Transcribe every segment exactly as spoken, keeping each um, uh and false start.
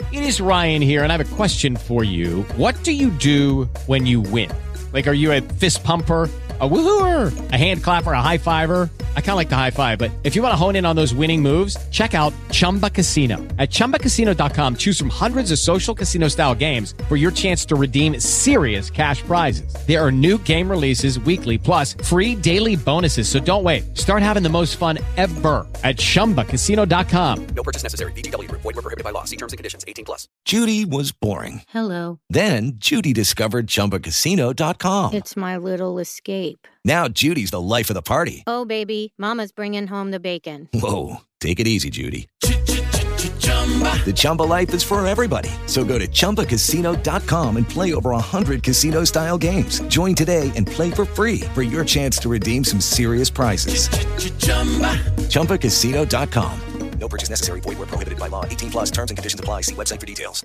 It is Ryan here, and I have a question for you. What do you do when you win? Like, are you a fist pumper, a woohooer, a hand clapper, a high fiver? I kind of like the high five, but if you want to hone in on those winning moves, check out Chumba Casino. At chumba casino dot com, choose from hundreds of social casino style games for your chance to redeem serious cash prizes. There are new game releases weekly, plus free daily bonuses. So don't wait. Start having the most fun ever at chumba casino dot com. No purchase necessary. V G W Group. Void where prohibited by law. See terms and conditions. eighteen plus. Judy was boring. Hello. Then Judy discovered chumba casino dot com. It's my little escape. Now Judy's the life of the party. Oh, baby, mama's bringing home the bacon. Whoa, take it easy, Judy. The Chumba life is for everybody. So go to chumba casino dot com and play over one hundred casino-style games. Join today and play for free for your chance to redeem some serious prizes. chumba casino dot com. No purchase necessary. Void where prohibited by law. eighteen plus terms and conditions apply. See website for details.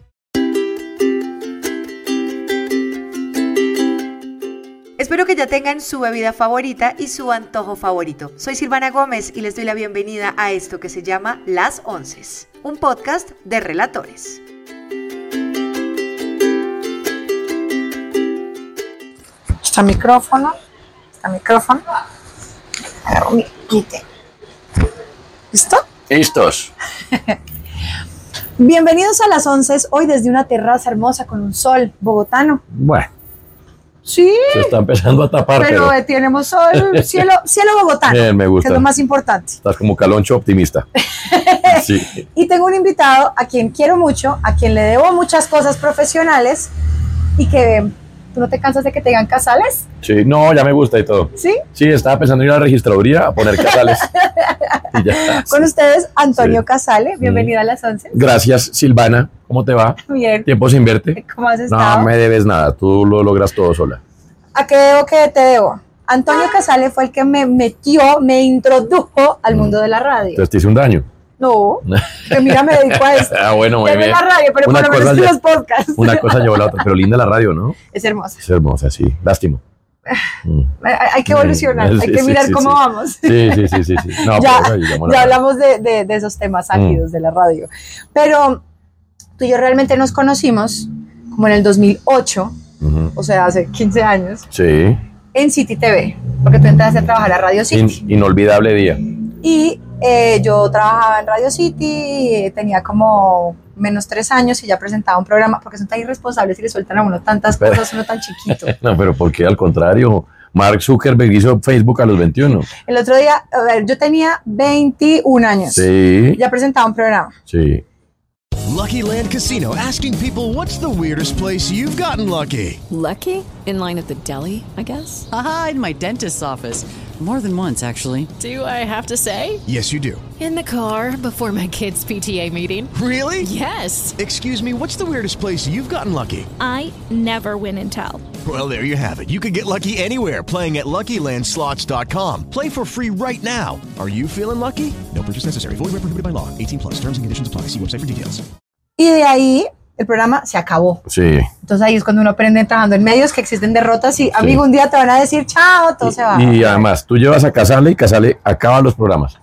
Espero que ya tengan su bebida favorita y su antojo favorito. Soy Silvana Gómez y les doy la bienvenida a esto que se llama Las Onces, un podcast de relatores. Está micrófono, está micrófono. Ahora mi quite. ¿Listo? Listos. Bienvenidos a Las Onces, hoy desde una terraza hermosa con un sol bogotano. Bueno, Sí, se está empezando a tapar, pero, pero eh, tenemos sol, cielo, cielo bogotano, bien, me gusta. que es lo más importante. Estás como Caloncho optimista. Sí. Y tengo un invitado a quien quiero mucho, a quien le debo muchas cosas profesionales y que tú no te cansas de que te digan Casales, Sí, no, ya me gusta y todo. ¿sí? Sí, estaba pensando en ir a la registraduría a poner casales. Y ya. Con ustedes, Antonio Sí. Casale, bienvenido a Las Onces. Gracias, Silvana. ¿Cómo te va? Bien, Tiempo sin verte. ¿cómo has estado? No me debes nada, tú lo logras todo sola. ¿A qué debo que te debo? Antonio Casale fue el que me metió, me introdujo al mundo de la radio. Entonces te hice un daño. No, que mira, me dedico a esto. Ah, bueno, muy Ya no es bien. la radio, pero Una por lo menos cosa en lle- los podcasts. Una cosa llevó a la otra, pero linda la radio, ¿no? Es hermosa. Es hermosa, sí. Lástima. Mm. Hay, hay que evolucionar, Sí, hay que sí, mirar sí, cómo sí. vamos. Sí, sí, sí, sí, sí. No, ya pero ahí llamó la ya radio. hablamos de, de, de esos temas álgidos Mm. de la radio. Pero tú y yo realmente nos conocimos como en el dos mil ocho, Ujú. o sea, hace quince años, Sí. en City T V, porque tú entraste a trabajar a Radio City. In- inolvidable día. Y eh, yo trabajaba en Radio City, eh, tenía como menos tres años y ya presentaba un programa, porque son tan irresponsables y le sueltan a uno tantas Pero- cosas, uno tan chiquito. No, pero ¿por qué? Al contrario, Mark Zuckerberg hizo Facebook a los veintiuno. El otro día, a ver, yo tenía veintiún años, Sí, ya presentaba un programa. sí. Lucky Land Casino, asking people, what's the weirdest place you've gotten lucky? Lucky? In line at the deli, I guess? Aha, in my dentist's office. More than once, actually. Do I have to say? Yes, you do. In the car before my kids' P T A meeting. Really? Yes. Excuse me, what's the weirdest place you've gotten lucky? I never win and tell. Well, there you have it. You can get lucky anywhere, playing at Lucky Land Slots dot com. Play for free right now. Are you feeling lucky? No purchase necessary. Void where prohibited by law. eighteen plus. Terms and conditions apply. See website for details. Y de ahí el programa se acabó. Sí. Entonces ahí es cuando uno aprende trabajando en medios que existen derrotas y, amigo, un día te van a decir, chao, todo se va. Y además, tú llevas a Casale y Casale acaba los programas.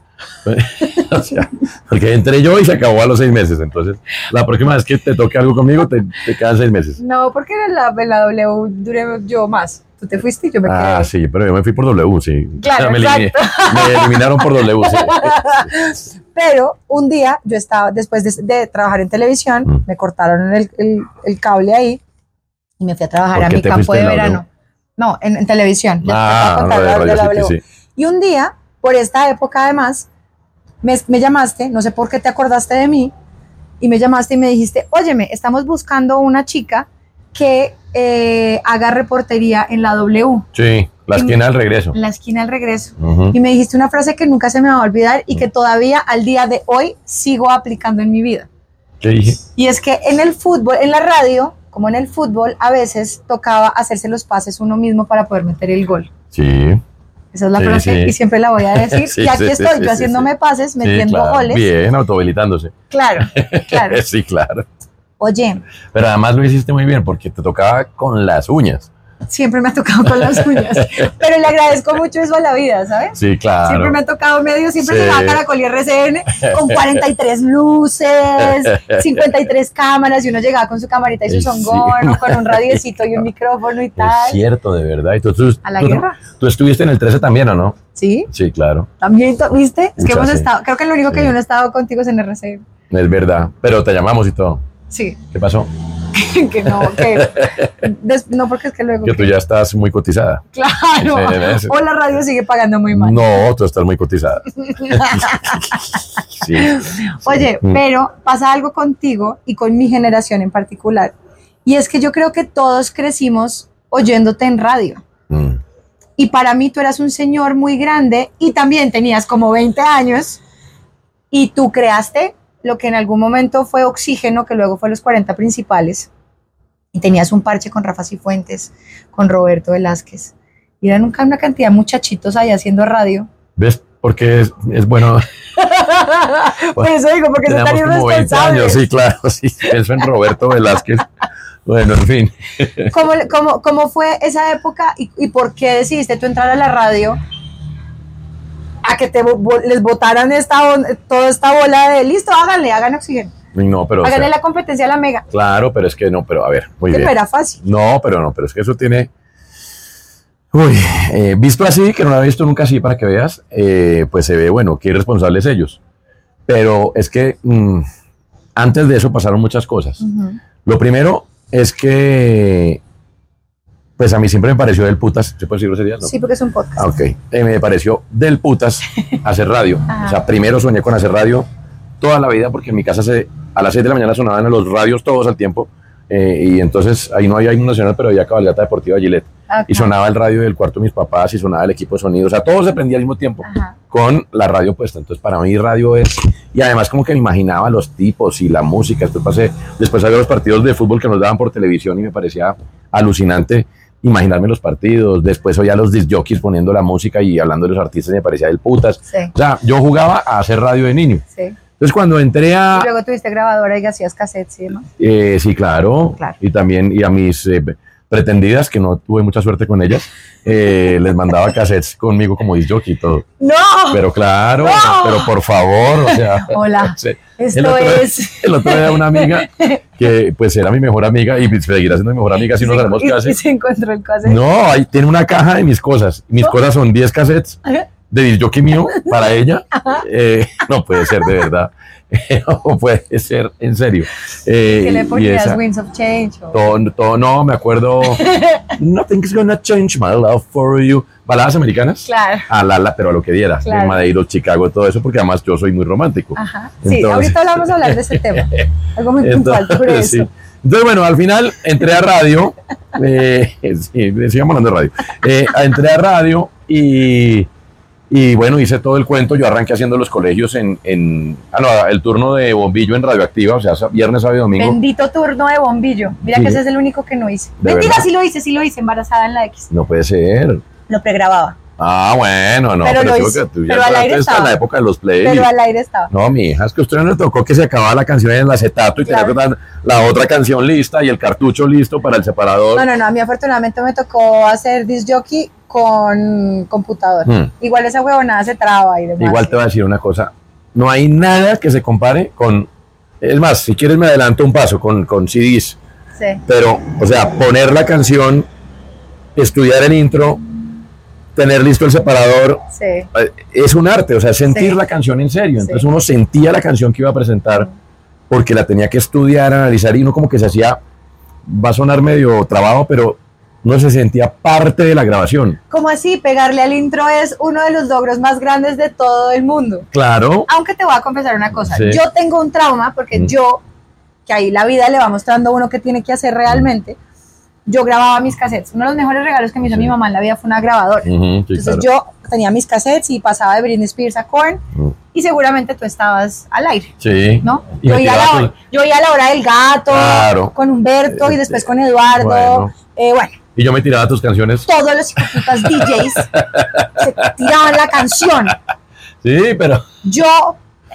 O sea, porque entré yo y se acabó a los seis meses. Entonces, la próxima vez que te toque algo conmigo, te, te quedan seis meses. No, porque en la, en la W duré yo más. Tú te fuiste y yo me quedé. Ah, sí, pero yo me fui por W, sí. Claro, O sea, me, eliminé- exacto. me eliminaron por W, sí. Pero un día yo estaba, después de, de trabajar en televisión, Mm. me cortaron el, el, el cable ahí y me fui a trabajar ¿Por a qué mi te campo fuiste de de la verano. No, en, en televisión. Ya Ah, te voy a contar de la- de Radio la City, W. sí. Y un día, por esta época además, me, me llamaste, no sé por qué te acordaste de mí, y me llamaste y me dijiste, óyeme, estamos buscando una chica que eh, haga reportería en la W, Sí, la esquina del regreso. en la esquina del regreso. Ujú. Y me dijiste una frase que nunca se me va a olvidar y que todavía al día de hoy sigo aplicando en mi vida. ¿Qué dije? Y es que en el fútbol, en la radio, como en el fútbol, a veces tocaba hacerse los pases uno mismo para poder meter el gol. Sí. Esa es la Sí, frase sí. y siempre la voy a decir. Sí, y aquí sí, estoy sí, yo sí, haciéndome sí. pases, metiendo Sí, claro. goles. Bien, autohabilitándose. Claro, claro. Sí, claro. Oye, Pero además lo hiciste muy bien porque te tocaba con las uñas. siempre me ha tocado con las uñas, pero le agradezco mucho eso a la vida, ¿sabes? Sí, claro. Siempre me ha tocado medio, siempre Sí. se va a Caracol y R C N con cuarenta y tres luces, cincuenta y tres cámaras, y uno llegaba con su camarita y su Sí. zongón, o con un radiecito y un micrófono y Es tal. cierto, de verdad. ¿Y tú, tú, ¿A la tú- guerra? tú estuviste en el trece también, ¿o no? Sí, Sí, claro. también, ¿viste? Es que Muchas, hemos sí. estado, creo que lo único que Sí. yo no he estado contigo es en R C N. Es verdad. Pero te llamamos y todo. Sí, ¿Qué pasó? que no, que des- no, porque es que luego. Que tú ya estás muy cotizada. Claro. Sí, sí. O la radio sigue pagando muy mal. No, tú estás muy cotizada. Sí. Oye, Mm. pero pasa algo contigo y con mi generación en particular. Y es que yo creo que todos crecimos oyéndote en radio. Mm. Y para mí tú eras un señor muy grande y también tenías como veinte años y tú creaste lo que en algún momento fue Oxígeno, que luego fue Los cuarenta Principales. Y tenías un parche con Rafa Cifuentes, con Roberto Velázquez. Y eran un- una cantidad de muchachitos ahí haciendo radio. ¿Ves? Porque es, es bueno. Por eso digo, porque son tan Teníamos como veinte irresponsables. años, sí, claro. Sí, pienso en Roberto Velázquez. Bueno, en fin. ¿Cómo, cómo, cómo fue esa época y, y por qué decidiste tú entrar a la radio a que te bo- les botaran esta, on- toda esta bola de listo, háganle, hagan Oxígeno, No, pero. o háganle sea, la competencia a la Mega? claro, pero es que no, pero a ver, muy Que bien. no era fácil. No, pero no, pero es que eso tiene. Uy, eh, visto así, que no lo había visto nunca así para que veas, eh, pues se ve, bueno, qué irresponsables ellos. Pero es que mm, antes de eso pasaron muchas cosas. Ujú. Lo primero es que, pues a mí siempre me pareció del putas, ¿se puede decir groserías? No. Sí, porque es un podcast. Ah, ok. Eh, me pareció del putas hacer radio. Ajá. O sea, primero soñé con hacer radio toda la vida porque en mi casa se, a las seis de la mañana sonaban los radios todos al tiempo. eh, y entonces ahí no había himno nacional, pero había cabalgata deportiva Gillette. Ajá. Y sonaba el radio del cuarto de mis papás y sonaba el equipo de sonido. O sea, todo se prendía al mismo tiempo Ajá. con la radio puesta. Entonces, para mí radio es... Y además como que me imaginaba los tipos y la música. Después pasé, después había los partidos de fútbol que nos daban por televisión y me parecía alucinante imaginarme los partidos. Después oía a los disc jockeys poniendo la música y hablando de los artistas y me parecía del putas. Sí, O sea, yo jugaba a hacer radio de niño. sí. Entonces, cuando entré a... Y luego tuviste grabadora y hacías cassettes y demás. Eh, sí, claro. Claro. Y también y a mis eh, pretendidas, que no tuve mucha suerte con ellas, eh, les mandaba cassettes conmigo como disc jockey y todo. ¡No! Pero claro, ¡No! pero por favor, o sea... Hola, sí. esto el otro, es... El otro día una amiga que pues era mi mejor amiga y seguirá siendo mi mejor amiga si no Sí, sabemos y- qué hace. y se encontró el cassette. No, ahí tiene una caja de mis cosas. Mis cosas son diez cassettes de disc jockey mío para ella. Eh, no puede ser, de verdad. No puede ser, en serio. Eh, Que le y ponías esa- Winds of Change. o- todo, todo, no, me acuerdo. Nothing's gonna change my love for you. Baladas americanas. Claro. A la, la, pero a lo que diera. Claro. En Madeiro, Chicago, todo eso, porque además yo soy muy romántico. Ajá. Sí, Entonces- ahorita vamos a hablar de ese tema. Algo muy puntual Entonces, sobre eso. sí. Entonces, bueno, al final entré a radio. eh, sí, sigamos hablando de radio. Eh, entré a radio y. Y bueno, hice todo el cuento. Yo arranqué haciendo los colegios en, en ah, no, el turno de bombillo en Radioactiva, o sea, viernes, sábado y domingo. Bendito turno de bombillo. Mira Sí. que ese es el único que no hice. ¿De Mentira, verdad? sí lo hice, sí lo hice, embarazada en la X. No puede ser. Lo pregrababa. Ah, bueno, no, Pero lo sí, hice. porque tú ya Pero al aire entraste en estaba. la época de los play. Pero al aire estaba. No, mi hija, es que a usted no le tocó que se acababa la canción en el acetato y Claro. tenía que estar la otra canción lista y el cartucho listo para el separador. No, no, no. A mí afortunadamente me tocó hacer disc jockey con computador. Hmm. Igual esa huevonada se traba y demás. Igual te voy a decir una cosa, no hay nada que se compare con, es más, si quieres me adelanto un paso con, con C Ds, Sí. pero, o sea, poner la canción, estudiar el intro, tener listo el separador, Sí. eh, es un arte, o sea, sentir Sí. la canción en serio, entonces Sí. uno sentía la canción que iba a presentar porque la tenía que estudiar, analizar y uno como que se hacía, va a sonar medio trabado, pero uno se sentía parte de la grabación. Como así, pegarle al intro es uno de los logros más grandes de todo el mundo. Claro. Aunque te voy a confesar una cosa, Sí. yo tengo un trauma porque Mm. yo, que ahí la vida le va mostrando a uno qué tiene que hacer realmente, yo grababa mis cassettes. Uno de los mejores regalos que me hizo Sí. mi mamá en la vida fue una grabadora. Ujú, sí, Entonces claro. yo tenía mis cassettes y pasaba de Britney Spears a Korn Mm. y seguramente tú estabas al aire, Sí. ¿no? Y Yo me oía, la tiraba hora, tu- yo oía la hora del gato, Claro. con Humberto y Eh, después eh, con Eduardo. bueno. Eh, bueno, Y yo me tiraba tus canciones. todos los hipoputas D Js se tiraban la canción. Sí, pero. Yo,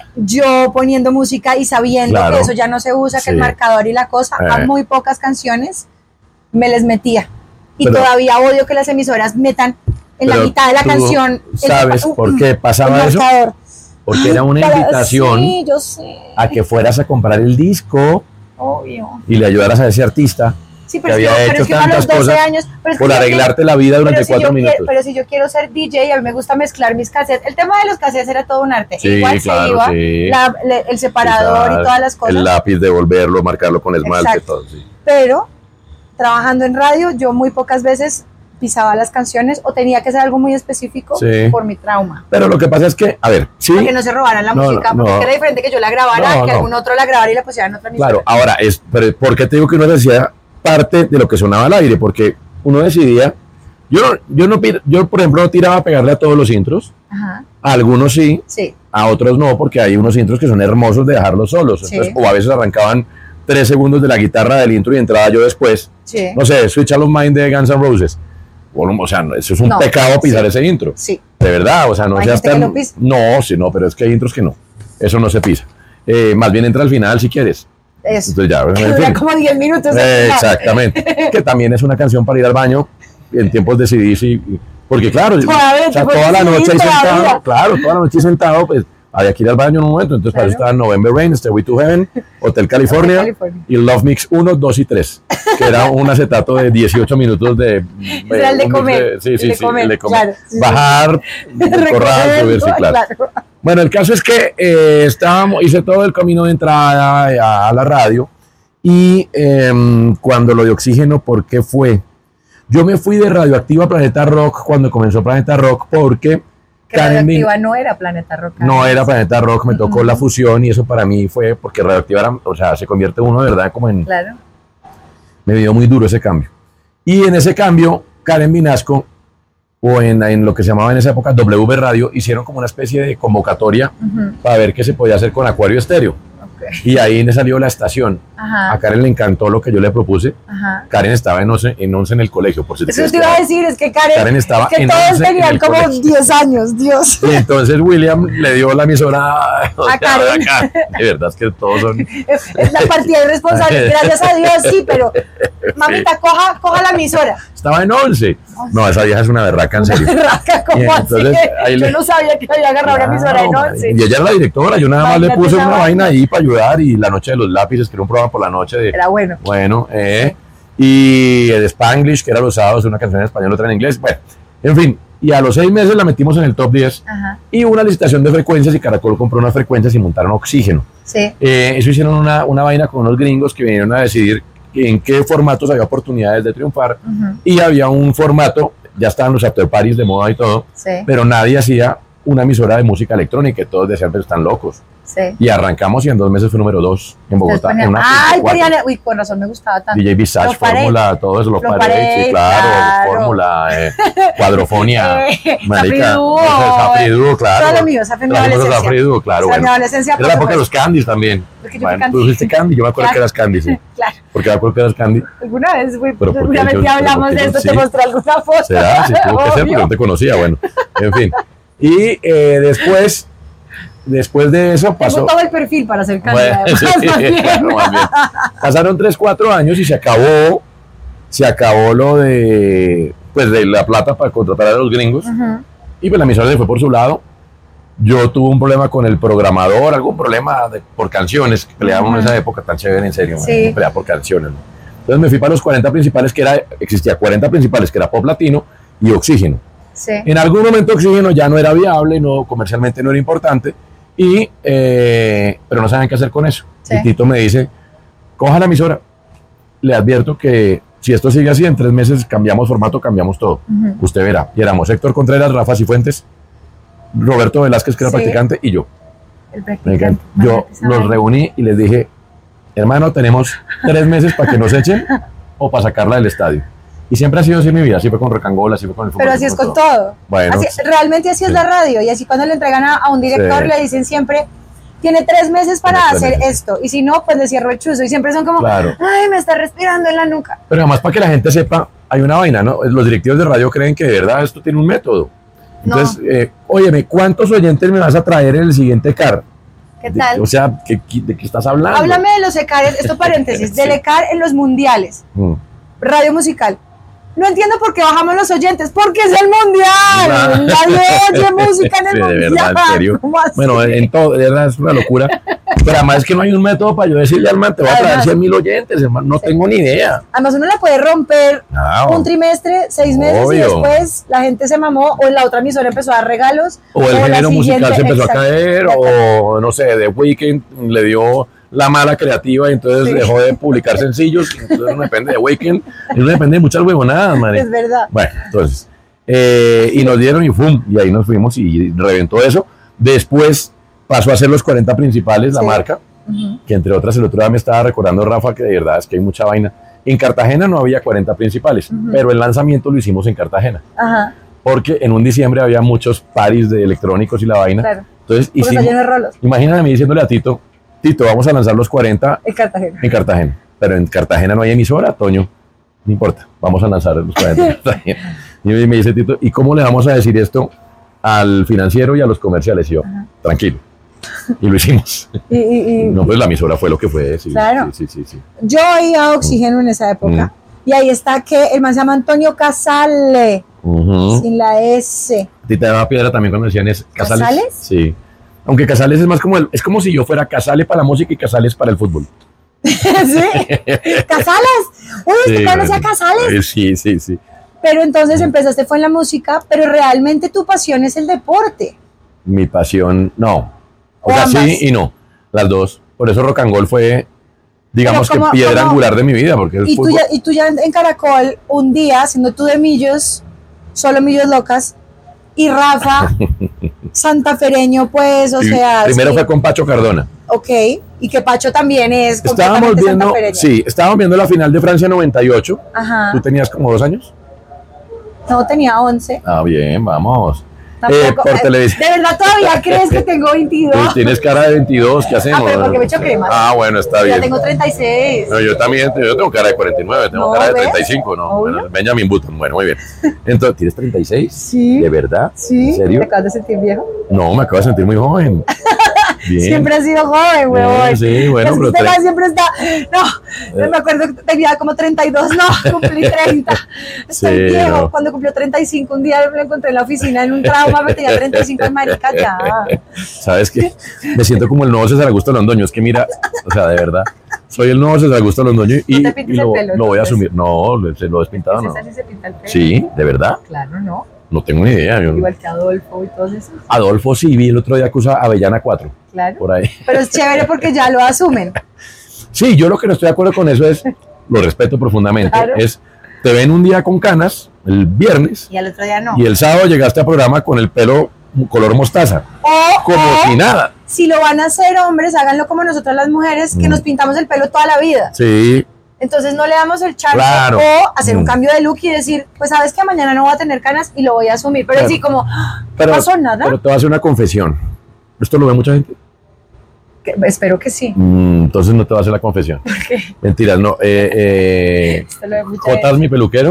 yo poniendo música y sabiendo Claro. que eso ya no se usa, que el Sí. marcador y la cosa, a Eh. muy pocas canciones me les metía. y Pero- todavía odio que las emisoras metan en la Pero mitad de la tú canción. el- ¿Sabes por qué pasaba el eso? marcador. Porque era una Para- invitación Sí, yo sé, a que fueras a comprar el disco obvio. y le ayudaras a ese artista Sí, que pero, es que, había pero hecho es que uno a los tantas doce cosas años, pero es que por yo arreglarte quiero- la vida durante pero si cuatro yo minutos. quiero- pero si yo quiero ser D J, a mí me gusta mezclar mis cassettes. El tema de los cassettes era todo un arte. Sí, Igual claro, se iba sí. la- le- el separador Quizás y todas las cosas. El lápiz, devolverlo, marcarlo con esmalte, Exacto. todo, sí. Pero trabajando en radio, yo muy pocas veces pisaba las canciones o tenía que ser algo muy específico Sí. por mi trauma. Pero lo que pasa es que, a ver, sí. Para que no se robaran la No, música, no, porque no. era diferente que yo la grabara, No, que no. algún otro la grabara y la pusiera en otra emisora. Claro, ahora, es, pero ¿por qué te digo que uno decía parte de lo que sonaba al aire? Porque uno decidía, yo, no- yo, no, pi- yo por ejemplo no tiraba a pegarle a todos los intros, Ajá, a algunos sí, sí. a otros no, porque hay unos intros que son hermosos de dejarlos solos. Sí. Entonces, o a veces arrancaban tres segundos de la guitarra del intro y entraba yo después. Sí. No sé, Switch All of Mine de Guns N' Roses. O, no, o sea, no, eso es un No, pecado pisar sí. ese intro. Sí. De verdad, o sea, no Hay seas gente que tan. lo pisa. No, sí, no, pero es que hay intros que no. Eso no se pisa. Eh, más bien entra al final si quieres. Eso. Entonces ya, Que en dura fin. como diez minutos. Eh, exactamente. Que también es una canción para ir al baño en tiempos de C Ds y, y- porque claro, Todavía, o sea, tiempos toda de la C Ds noche ahí todavía. sentado, claro, toda la noche ahí sentado, pues había que ir al baño en un momento, entonces para eso Claro. estaban November Rain, Stairway to Heaven, Hotel California, Hotel California. y Love Mix uno, dos y tres, que era un acetato de dieciocho minutos de... Ese era el de un mix comer, sí, sí, el de sí, comer, el de comer. claro, sí, sí. Bajar, Recoger, correr, subir, sí, ¿no? claro. Claro. Bueno, el caso es que eh, estábamos, hice todo el camino de entrada a, a la radio y em, cuando lo de Oxígeno, ¿por qué fue? Yo me fui de Radioactiva a Planeta Rock cuando comenzó Planeta Rock porque Que Karen Bin- Radioactiva no era Planeta Rock. no era Planeta Rock, me tocó la fusión y eso para mí fue porque Radioactiva era, o sea, se convierte uno de verdad como en... Claro. Me dio muy duro ese cambio. Y en ese cambio, Karen Vinasco, o en, en lo que se llamaba en esa época W B Radio, hicieron como una especie de convocatoria Ujú. para ver qué se podía hacer con Acuario Estéreo. Ok. Y ahí me salió la estación. Ajá. A Karen le encantó lo que yo le propuse. Ajá. Karen estaba en once en, once en el colegio, por si te Eso quieres te iba a quedar. decir, es que Karen, Karen estaba es que en todos once en tenían el como colegio. diez años, Dios. Y entonces William le dio la emisora o sea, Karen. acá. De verdad es que todos son... Es la partida irresponsable, gracias a Dios, sí, pero mamita, coja, coja la emisora. Estaba en once. No, esa vieja es una berraca, en serio. Raca, Y ¿cómo entonces, así? ahí Yo le- no sabía que había agarrado una emisora de Claro, once. y ella era la directora, yo nada más le Imagínate puse esa una vaina. vaina ahí para ayudar y La Noche de los Lápices, que era un programa por la noche de... Era bueno. Bueno, eh, y el Spanglish, que era los sábados, una canción en español, otra en inglés, bueno, en fin. Y a los seis meses la metimos en el top diez Ajá. y una licitación de frecuencias y Caracol compró unas frecuencias y montaron Oxígeno. Sí. Eh, eso hicieron una, una vaina con unos gringos que vinieron a decidir en qué formatos había oportunidades de triunfar Ujú. y había un formato, ya estaban los after parties de moda y todo, Sí. pero nadie hacía una emisora de música electrónica y todos decían, pero están locos. Sí. Y arrancamos y en dos meses fue número dos en Bogotá. Entonces en ponían- una Ay, cuatro. ponían, uy, con razón me gustaba tanto. D J Visage, Los Parade. Fórmula, todo eso, los Los Parade, Parade, sí, claro, claro. Fórmula, eh, Cuadrofonia, Eh, marica, Safriduo. Safriduo, claro. Todo lo mío, esa fue mi Trajimos a adolescencia. Safriduo, claro, O sea, mi bueno. adolescencia, Era por la época de los supuesto. Candys también. Porque yo fui Bueno, Candy. tú fuiste Candy, yo me acuerdo Claro. que eras Candy, sí. Claro. Porque me acuerdo que eras Candy. Alguna vez, güey, Pero ¿por qué seguramente yo- pero hablamos por qué de yo esto, sí? te mostré alguna foto. ¿Será? Sí, tuvo que ser porque Obvio. no te conocía, bueno. En fin. Y eh, después, después de eso pasó... Tengo todo el perfil para ser Bueno, candidata. sí, más bien. claro, más bien. Pasaron tres, cuatro años y se acabó, se acabó lo de, pues, de la plata para contratar a los gringos. Ujú. Y pues la emisora se fue por su lado. Yo tuve un problema con el programador, algún problema de- por canciones, que peleábamos en Ujú. esa época tan chévere, en serio, Sí. man, pelear por canciones. ¿no? Entonces me fui para los cuarenta principales, que era, existía cuarenta principales, que era Pop Latino y Oxígeno. Sí. En algún momento Oxígeno ya no era viable, no, comercialmente no era importante, y, eh, pero no saben qué hacer con eso. Sí. Y Tito me dice, coja la emisora, le advierto que si esto sigue así, en tres meses cambiamos formato, cambiamos todo. Ujú. Usted verá. Y éramos Héctor Contreras, Rafa Cifuentes, Roberto Velázquez, que era Sí. practicante, y yo. El Me practicante. encanta. Yo Imagínate esa los vaina. reuní y les dije, hermano, tenemos tres meses para que nos echen o para sacarla del estadio. Y siempre ha sido así en mi vida, así fue con Rocangola, así fue con el fútbol. Pero así es con todo. todo. Bueno, Así- realmente así es sí. la radio. Y así cuando le entregan a, a un director Sí. le dicen siempre, tiene tres meses para Tiene tres hacer meses. esto. Y si no, pues le cierro el chuzo. Y siempre son como, Claro. ay, me está respirando en la nuca. Pero además para que la gente sepa, hay una vaina, ¿no? Los directivos de radio creen que de verdad esto tiene un método. Entonces, eh, óyeme, ¿cuántos oyentes me vas a traer en el siguiente car? ¿Qué De- tal? o sea, ¿qué- qué- ¿de qué estás hablando? Háblame de los ECARes, esto paréntesis, Sí. del ECAR en los mundiales, Mm, radio musical. no entiendo por qué bajamos los oyentes, porque es el mundial. Nadie oye música en el Sí, de mundial. verdad, en serio. ¿Cómo así? Bueno, en todo, de verdad es una locura. Pero además es que no hay un método para yo decirle al man, te voy a traer Además- cien mil oyentes, hermano, no Sí. tengo ni idea. Además uno la puede romper Claro. un trimestre, seis meses Obvio. y después la gente se mamó o en la otra emisora empezó a dar regalos. O el la género musical siguiente- se empezó exacto. a caer, o no sé, The Weeknd le dio la mala creativa y entonces Sí. dejó de publicar sencillos. Entonces no depende de Weeknd, y no depende de muchas huevonadas, man. Es verdad. Bueno, entonces, eh, y nos dieron y fum, y ahí nos fuimos y reventó eso. Después pasó a ser los cuarenta principales, la Sí. marca, Ujú. que entre otras el otro día me estaba recordando Rafa que de verdad es que hay mucha vaina. En Cartagena no había cuarenta principales, Ujú. pero el lanzamiento lo hicimos en Cartagena, Ajá, porque en un diciembre había muchos paris de electrónicos y la vaina. claro. Entonces Porque está hicimos, lleno de rolos imagínate a mí diciéndole a Tito, Tito, vamos a lanzar los cuarenta en Cartagena. en Cartagena, pero en Cartagena no hay emisora, Toño, no importa, vamos a lanzar los cuarenta en Cartagena. Y me dice Tito, ¿y cómo le vamos a decir esto al financiero y a los comerciales? Y yo, tranquilo, y lo hicimos. Y, y- y- No, pues la emisora fue lo que fue, sí, Claro. sí, sí, sí, sí. Yo iba a Oxígeno en esa época. Y ahí está que el man se llama Antonio Casale, Ujú. sin la S. ¿A ti te daba piedra también cuando decían es Casales? ¿Casales? Sí. Aunque Casales es más como el, es como si yo fuera Casale para la música y Casales para el fútbol. ¿Sí? ¿Casales? Uy, ¿usted Sí, conoce a bueno. Casales? Eh, Sí, sí, sí. Pero entonces empezaste fue en la música, pero realmente tu pasión es el deporte. Mi pasión, no. O O sea, ambas. sí y no. Las dos. Por eso Rock and Roll fue, digamos Pero que ¿cómo- piedra cómo? angular de mi vida, porque el Y tú, fútbol. ya, y tú ya en Caracol, un día, haciendo tú de Millos, solo Millos Locas, y Rafa, santafereño, pues, o Sí, sea... primero sí, fue con Pacho Cardona. ok, y que Pacho también es Estábamos completamente viendo, santafereño. sí, estábamos viendo la final de Francia noventa y ocho. Ajá, ¿Tú tenías como dos años? no, tenía once. Ah, bien, vamos. Tampoco, Eh, por eh, televisión. ¿De verdad todavía crees que tengo veintidós? Pues tienes cara de veintidós, ¿qué hacemos? Ah, pero porque me echo crema. Ah, bueno, está Ya bien. tengo treinta y seis. No, yo también, yo tengo cara de cuarenta y nueve, tengo No, cara de ¿ves? treinta y cinco, ¿no? Obvio. Bueno, Benjamin Button, bueno, muy bien. Entonces, ¿tienes treinta y seis? Sí. ¿De verdad? Sí, ¿En serio? ¿te acabas de sentir viejo? No, me acabo de sentir muy joven. Bien. Siempre has sido joven, huevón. sí, bueno, Pues pero usted tre- más siempre está... No, yo me acuerdo que tenía como treinta y dos, no, cumplí treinta. Estoy Sí, viejo. no. Cuando cumplió treinta y cinco, un día lo encontré en la oficina en un trauma, me tenía treinta y cinco en marica ya. ¿Sabes qué? Me siento como el nuevo César Augusto Londoño. Es que mira, o sea, de verdad, soy el nuevo César Augusto Londoño y, No te y pintes lo, el pelo, lo voy a entonces. asumir. No, lo- se lo he despintado, no. César sí se pinta el pelo. Sí, de verdad. Claro, ¿no? No tengo ni idea. yo- Igual que Adolfo y todos esos. Adolfo sí vi el otro día que usa Avellana cuatro. Claro. Por ahí. Pero es chévere porque ya lo asumen. Sí, yo lo que no estoy de acuerdo con eso es, lo respeto profundamente, Claro. es, te ven un día con canas, el viernes, Y al otro día no. y el sábado llegaste a programa con el pelo color mostaza, O, como o, si nada. si lo van a hacer hombres, háganlo como nosotras las mujeres, que Mm. nos pintamos el pelo toda la vida. Sí, Entonces no le damos el chance Claro. o hacer un Mm. cambio de look y decir, pues sabes que mañana no voy a tener canas y lo voy a asumir. Pero Claro. así como, "Ah, no pero, pasó nada. pero te voy a hacer una confesión. ¿Esto lo ve mucha gente? Que- espero que sí. Mm, entonces no te voy a hacer la confesión. Mentiras, no. Eh, eh, Esto lo ve mucha Jotas, gente. mi peluquero,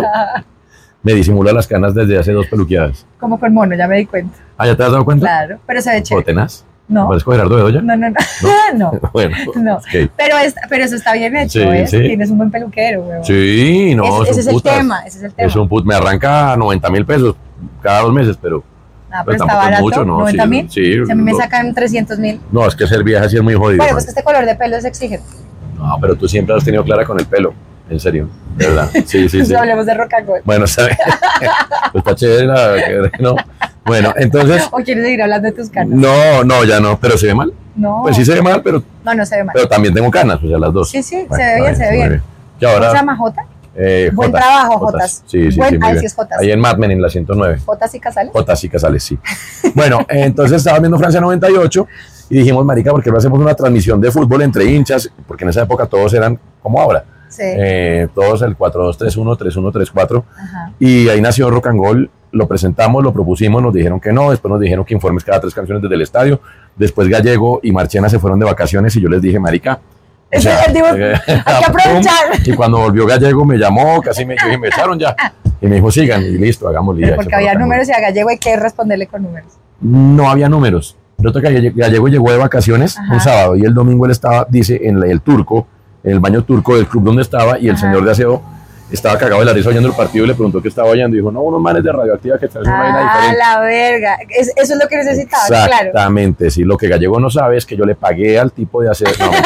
me disimula las canas desde hace dos peluqueadas. Como con mono, ya me di cuenta. Ah, ¿ya te has dado cuenta? Claro, pero se ve ¿O chévere. tenaz? No. ¿Pareces Gerardo Bedoya? No, no, no. No. Bueno, No. ok. Pero, es, pero eso está bien hecho, Sí, ¿eh? sí. Tienes un buen peluquero, weón. Sí, no, Ese, ese son es el putas. tema, ese es el tema. Es un put, me arranca noventa mil pesos cada dos meses, pero, Ah, pero pero está tampoco es barato, mucho, ¿no? noventa mil. Sí, sí, Si a mí me lo- sacan trescientos mil. No, es que ser vieja sí es muy jodido. Bueno, man. pues que este color de pelo es exigente. No, pero tú siempre has tenido clara con el pelo, en serio, de verdad. Sí, sí, sí. Hablemos de rock and roll. Bueno, ¿sabes? Pues está chévere la... No. Bueno, entonces... ¿O quieres seguir hablando de tus canas? No, no, ya no, pero se ve mal. No. Pues sí se ve mal, pero, No, no se ve mal. pero también tengo canas, o sea, las dos. Sí, sí, Bueno, se ve está bien, se ve muy bien. Que ahora, ¿Cómo se llama Jota? eh, Buen Jotas, trabajo, Jotas. Sí, sí, Buen- sí, muy ahí bien. sí es Jotas. Ahí en Mad Men, en la ciento nueve. ¿Jotas y Casales? Jotas y Casales, sí. Bueno, entonces estaba viendo Francia noventa y ocho y dijimos, marica, ¿por qué no hacemos una transmisión de fútbol entre hinchas? Porque en esa época todos eran como ahora. Sí. Eh, todos el cuatro dos tres uno, tres uno tres cuatro. Ajá. Y ahí nació Rock and Roll, lo presentamos, lo propusimos, nos dijeron que no, después nos dijeron que informes cada tres canciones desde el estadio, después Gallego y Marchena se fueron de vacaciones y yo les dije, marica, o Ese sea, es el divo- eh, hay que aprovechar. y cuando volvió Gallego me llamó, casi me, yo dije, me echaron ya, y me dijo, sigan, y listo, hagámoslo. y Pero ya, porque se fue había Rock and Roll. números y a Gallego hay que responderle con números. No había números. Yo que Galle- Gallego llegó de vacaciones Ajá. un sábado y el domingo él estaba, dice, en la- el turco, en el baño turco del club donde estaba y el Ajá. señor de aseo estaba cagado de la risa oyendo el partido y le preguntó qué estaba oyendo y dijo, no, unos manes de Radioactiva que traen una vaina Ah, diferente. la verga. Es- eso es lo que necesitaba, claro. Exactamente, sí, lo que Gallego no sabe es que yo le pagué al tipo de hacer... No,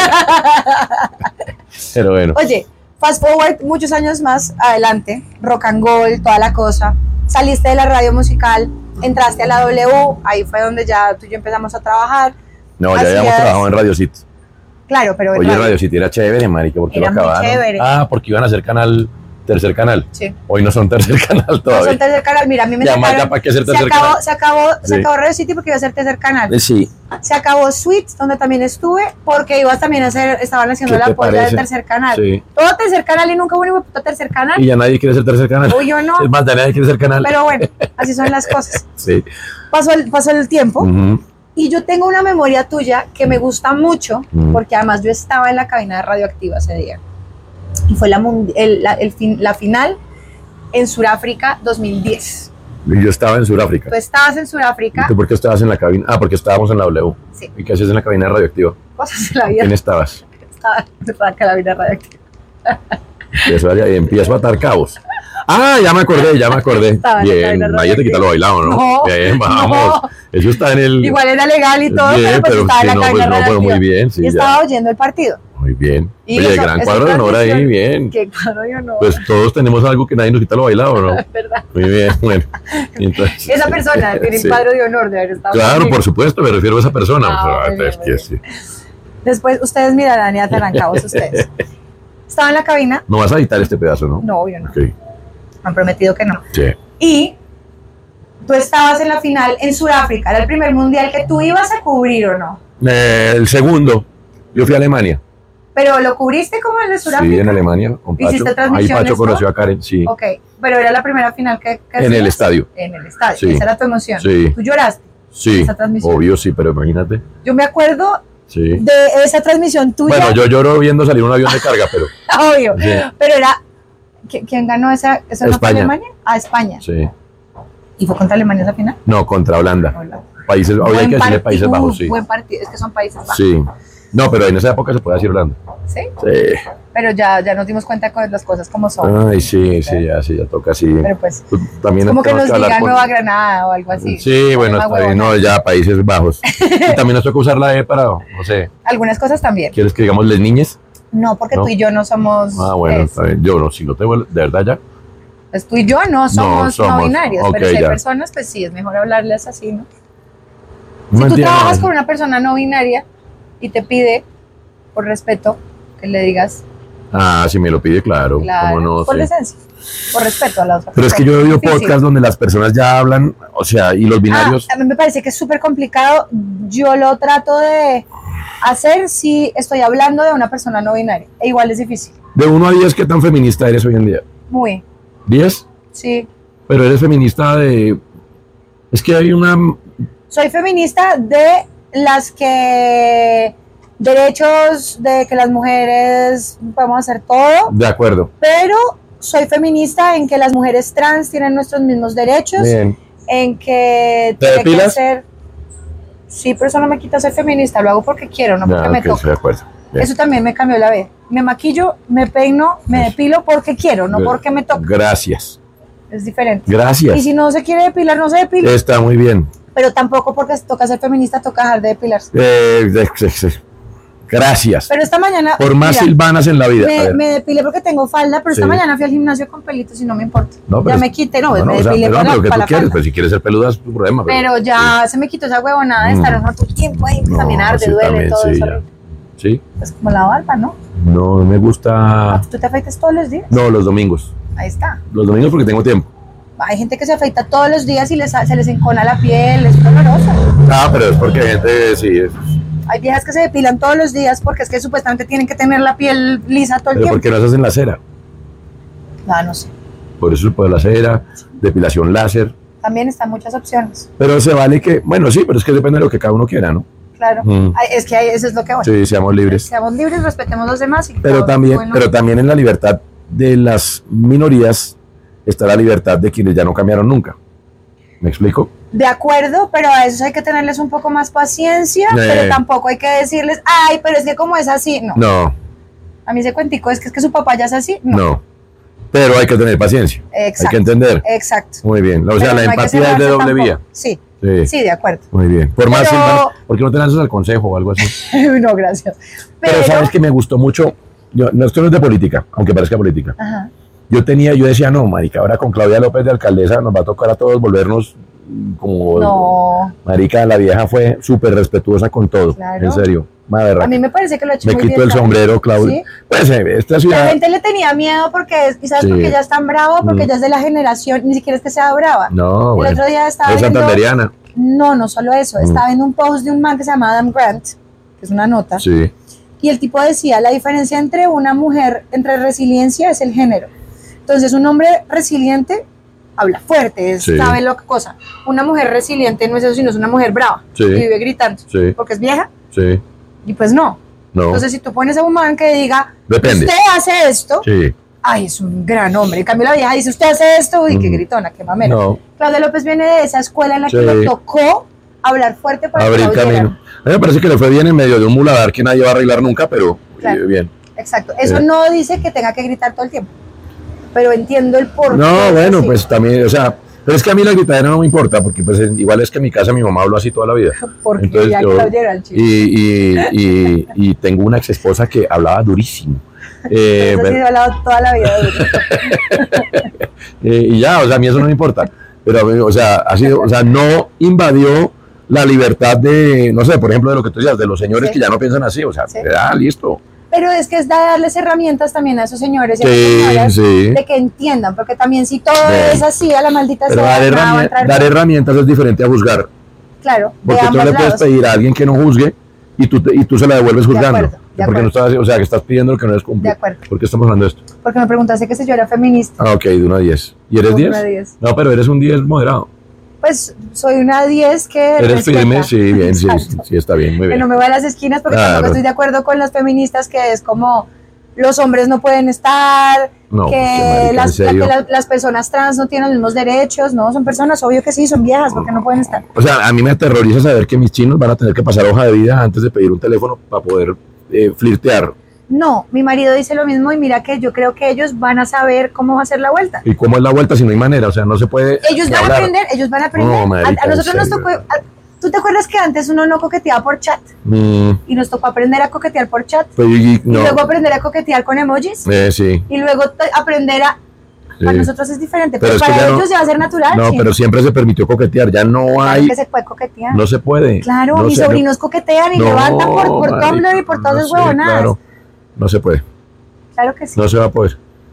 pero bueno. Oye, fast forward muchos años más adelante, rock and roll, toda la cosa. Saliste de la radio musical, entraste a la W, ahí fue donde ya tú y yo empezamos a trabajar. No, ya Hacías- habíamos trabajado en Radio City. Claro, pero en Oye, radio. Radio City era chévere, marica, porque Era lo muy acabaron. chévere. Ah, porque iban a hacer canal, tercer canal. Sí. Hoy no son tercer canal No todavía. son tercer canal, mira, a mí me Ya más, sacaron- ya para qué ser se tercer acabó, canal. se acabó, se Sí. acabó Radio City porque iba a ser tercer canal. Eh, Sí, Se acabó Suites, donde también estuve, porque ibas también a hacer, estaban haciendo ¿Qué la te apoyo del parece? tercer canal. Sí. Todo tercer canal y nunca hubo ningún puto tercer canal. y ya nadie quiere ser tercer canal. Uy, yo no. Es más, ya nadie quiere ser canal. Pero bueno, así son las cosas. Sí. Pasó el, pasó el tiempo. Ujú. Y yo tengo una memoria tuya que me gusta mucho, Mm. porque además yo estaba en la cabina de Radioactiva ese día. Y fue la, mundi- el- la, el fin- la final en Sudáfrica dos mil diez. Y yo estaba en Sudáfrica. Tú estabas en ¿Y Sudáfrica, tú por qué estabas en la cabina? Ah, porque estábamos en la W. Sí. ¿Y qué hacías en la cabina de Radioactiva? cosas de la vida. ¿Quién estabas? Estaba en la cabina de Radioactiva. Y eso era- y empiezo a atar cabos. Ah, ya me acordé, ya me acordé. Estaba en la Bien, cabina nadie te quita lo bailado, ¿no? No, Bien, vamos. no. Eso está en el... Igual era legal y todo, Bien, pero pues pero estaba sí, en la no, cabina pues de no, pero muy Radioactiva. bien, sí, Y ya. estaba oyendo el partido. Muy bien. Y Oye, eso- gran esa cuadro de honor ahí, transmisión, bien. Que claro, yo no. Pues todos tenemos algo que nadie nos quita lo bailado, ¿no? ¿Verdad? Muy bien, bueno. Y entonces- Esa persona tiene el Sí. cuadro de honor de haber estado Claro, conmigo. por supuesto, me refiero a esa persona. Ah, O sea, muy bien, es muy que bien. sí. Después, ustedes mirarán y atarán cabos ustedes. Estaba en la cabina. No vas a editar este pedazo, ¿no? No, yo no. Ok, Me han prometido que no. sí. Y tú estabas en la final en Sudáfrica. Era el primer mundial que tú ibas a cubrir, ¿o no? Eh, el segundo, yo fui a Alemania. Pero lo cubriste como el de Sudáfrica. Sí, en Alemania, con Pacho. ¿Hiciste Ahí transmisiones, Pacho no? conoció a Karen, sí. Ok, pero era la primera final que, que En el hacías? estadio. En el estadio. Sí. Esa era tu emoción. Sí. Tú lloraste. Sí, Esa transmisión. obvio sí, pero imagínate. Yo me acuerdo Sí. de esa transmisión tuya. Bueno, yo lloro viendo salir un avión de carga, pero Obvio. Sí. Pero era. ¿qui- ¿Quién ganó esa? ¿Esa no fue España. Alemania? Ah, España. sí. ¿Y fue contra Alemania esa final? No, contra Holanda. Hola. Países, hoy hay Buen que decirle parti- Países uh, Bajos, sí. Buen partido, es que son Países Bajos. Sí. No, pero en esa época se puede decir Holanda. ¿Sí? Sí. Pero ya, ya nos dimos cuenta con las cosas como son. Ay, sí, sí, ya, sí, ya toca así. Pero pues, Tú También como que tenemos nos hablar diga con- Nueva Granada o algo así. Sí, bueno, Una está bien, huevona. no, ya Países Bajos. Y también nos toca usar la E para, no sé, Algunas cosas también. ¿quieres que digamos les niñes? No, porque ¿No? tú y yo no somos. Ah, bueno, es, está bien. Yo no, si no te vuelvo, de verdad ya. pues tú y yo no somos no, somos. binarios, Ok, pero si hay ya. personas, pues sí, es mejor hablarles así, ¿no? No Si tú entiendo. trabajas con una persona no binaria y te pide, por respeto, que le digas, Ah, si me lo pide, claro. claro, cómo no, por sí. decencia, por respeto a la otra Pero es que yo he persona. oído Difícil. podcasts donde las personas ya hablan, o sea, y los binarios. Ah, a mí me parece que es súper complicado. Yo lo trato de hacer si estoy hablando de una persona no binaria. E igual es difícil. De uno a diez, ¿qué tan feminista eres hoy en día? Muy, ¿diez? sí. Pero eres feminista de... Es que hay una... Soy feminista de las que derechos de que las mujeres podemos hacer todo, De acuerdo. pero soy feminista en que las mujeres trans tienen nuestros mismos derechos, Bien. en que ¿Te tiene que depilas? ser. Sí, pero eso no me quita ser feminista, lo hago porque quiero, no porque Ya, me ok, toca. estoy de acuerdo. Bien. Eso también me cambió la vida. Me maquillo, me peino, me depilo porque quiero, no Gra- porque me toca. Gracias. Es diferente. Gracias. Y si no se quiere depilar, no se depila. Está muy bien. Pero tampoco porque toca ser feminista, toca dejar de depilarse. Eh, de- de- de- gracias. Pero esta mañana. Por más mira, silvanas en la vida. A Me, ver. me depilé porque tengo falda, pero esta Sí. mañana fui al gimnasio con pelitos y no me importa. No, pero ya es- me quité, no, No, no, me o sea, depilé pero, para, no, la- pero que para tú la quieres, falda. pues si quieres ser peluda es tu problema. Pero ya se me quitó esa huevonada de Mm. estar un rato tiempo ahí, pues No, también arde, sí, duele, también, todo sí, eso. ya. Sí. Es como la barba, ¿no? No, me gusta... ¿Tú te afeitas todos los días? No, los domingos. Ahí está. Los domingos porque tengo tiempo. Hay gente que se afeita todos los días y les, se les encona la piel, es doloroso. Ah, pero es porque hay gente, sí, es- Hay viejas que se depilan todos los días porque es que supuestamente tienen que tener la piel lisa todo el pero tiempo. porque no se hacen la cera. No, no sé. Por eso por la cera, depilación láser. También están muchas opciones. Pero se vale que, bueno, sí, pero es que depende de lo que cada uno quiera, ¿no? Claro. Mm. Ay, es que hay- eso es lo que voy. Sí, seamos libres. Seamos libres, respetemos a los demás. Y Pero todo, también, bueno. pero también en la libertad de las minorías está la libertad de quienes ya no cambiaron nunca. ¿Me explico? De acuerdo, pero a esos hay que tenerles un poco más paciencia, Eh. pero tampoco hay que decirles, ay, pero es que como es así, no. No, A mí ese cuentico es que es que su papá ya es así, no. no. Pero hay que tener paciencia. Exacto. Hay que entender. Exacto. Muy bien. O sea, Pero la no hay que empatía es cerrarse de doble tampoco. vía. Sí. Sí. Sí, de acuerdo. Muy bien. Por más, Pero- ¿por qué no te lanzas al consejo o algo así? No, gracias. Pero, Pero, sabes que me gustó mucho. Yo, no, esto no es de política, aunque parezca política. Ajá. Yo tenía, yo decía, no, marica, ahora con Claudia López de alcaldesa nos va a tocar a todos volvernos mm, como... No. Marica, la vieja fue súper respetuosa con todo. Claro. En serio. Madre A mí me parece que lo ha hecho Me muy quito bien. el ¿sabes? sombrero, Claudia. ¿Sí? Pues eh, esta La ciudad... gente le tenía miedo porque, es- ¿y sabes Sí. por qué ella es tan bravo? Porque Mm. ella es de la generación, ni siquiera es que sea brava. No, El bueno. otro día estaba Es viendo- santanderiana. No, no solo eso. Mm. Estaba viendo un post de un man que se llama Adam Grant, que es una nota, Sí. y el tipo decía, la diferencia entre una mujer, entre resiliencia es el género. Entonces, un hombre resiliente habla fuerte, es- Sí. sabe lo que cosa. Una mujer resiliente no es eso, sino es una mujer brava, Sí. que vive gritando, Sí. porque es vieja, Sí. y pues no. No. Entonces, si tú pones a un man que diga, Depende. usted hace esto, Sí. ay, es un gran hombre. En cambio, la vieja dice, usted hace esto, uy, qué Mm. gritona, qué mamera. No. Claudia López viene de esa escuela en la que Sí. le tocó hablar fuerte para que Abrir la oyeran. camino. A mí me parece que le fue bien en medio de un muladar que nadie va a arreglar nunca, pero Claro. eh, bien. Exacto. Eso Eh. no dice que tenga que gritar todo el tiempo. Pero entiendo el porqué. No, bueno, sí. pues también, o sea, pero es que a mí la gritadera no me importa, porque pues eh, igual es que en mi casa mi mamá habló así toda la vida. Porque Entonces ya yo- que la oyeran, chicos. y, y, y, y tengo una ex esposa que hablaba durísimo. Eh, Eso sí pero- se ha hablado toda la vida. de uno. eh, y ya, o sea, a mí eso no me importa. Pero, a mí, o sea, ha sido, o sea, no invadió la libertad de, no sé, por ejemplo, de lo que tú decías, de los señores Sí. que ya no piensan así, o sea, Sí. ah, listo. Pero es que es darles herramientas también a esos señores y a Sí, esas señoras sí. de que entiendan, porque también si todo Sí. es así a la maldita Pero sea, dar, nada va a herrami- entrar dar bien. herramientas es diferente a juzgar, Claro, de porque tú no ambos le puedes lados. pedir a alguien que no juzgue y tú, te- y tú se la devuelves De juzgando. acuerdo, de porque acuerdo. no estás, o sea, que estás pidiendo lo que no es cumplir. De acuerdo. ¿Por qué estamos hablando de esto? Porque me preguntaste que si yo era feminista. Ah, ok, de una a diez. ¿Y eres Como diez? una diez. No, pero eres un diez moderado. Pues soy una diez que Eres respeta. firme, sí, bien, sí, Exacto. sí, está bien, muy Que bien. no me voy a las esquinas porque Claro. tampoco estoy de acuerdo con las feministas que es como los hombres no pueden estar, No, qué que, marica, ¿en las, serio? que la- las personas trans no tienen los mismos derechos, no, son personas, obvio que sí, son viejas porque no pueden estar. O sea, a mí me aterroriza saber que mis chinos van a tener que pasar hoja de vida antes de pedir un teléfono para poder eh, flirtear. No, mi marido dice lo mismo y mira que yo creo que ellos van a saber cómo hacer la vuelta. ¿Y cómo es la vuelta si no hay manera? O sea, no se puede Ellos ni van a hablar. aprender, ellos van a aprender. No, a, marica, a nosotros en nos serio. tocó, a- ¿tú te acuerdas que antes uno no coqueteaba por chat? Mm, Y nos tocó aprender a coquetear por chat. pues, y- Y no. luego aprender a coquetear con emojis. Eh, sí. Y luego t- aprender a... Sí. Para nosotros es diferente, Pero pero, es que para ya no- ellos ya va a ser natural. No, sí. pero siempre se permitió coquetear. Ya no Claro hay. que se puede coquetear. No se puede. Claro, No mis se- sobrinos coquetean y No, levantan por, por marica, Tumblr y por todas no esas sé, huevonadas. Claro, no se puede. Claro que sí. No se va a poder.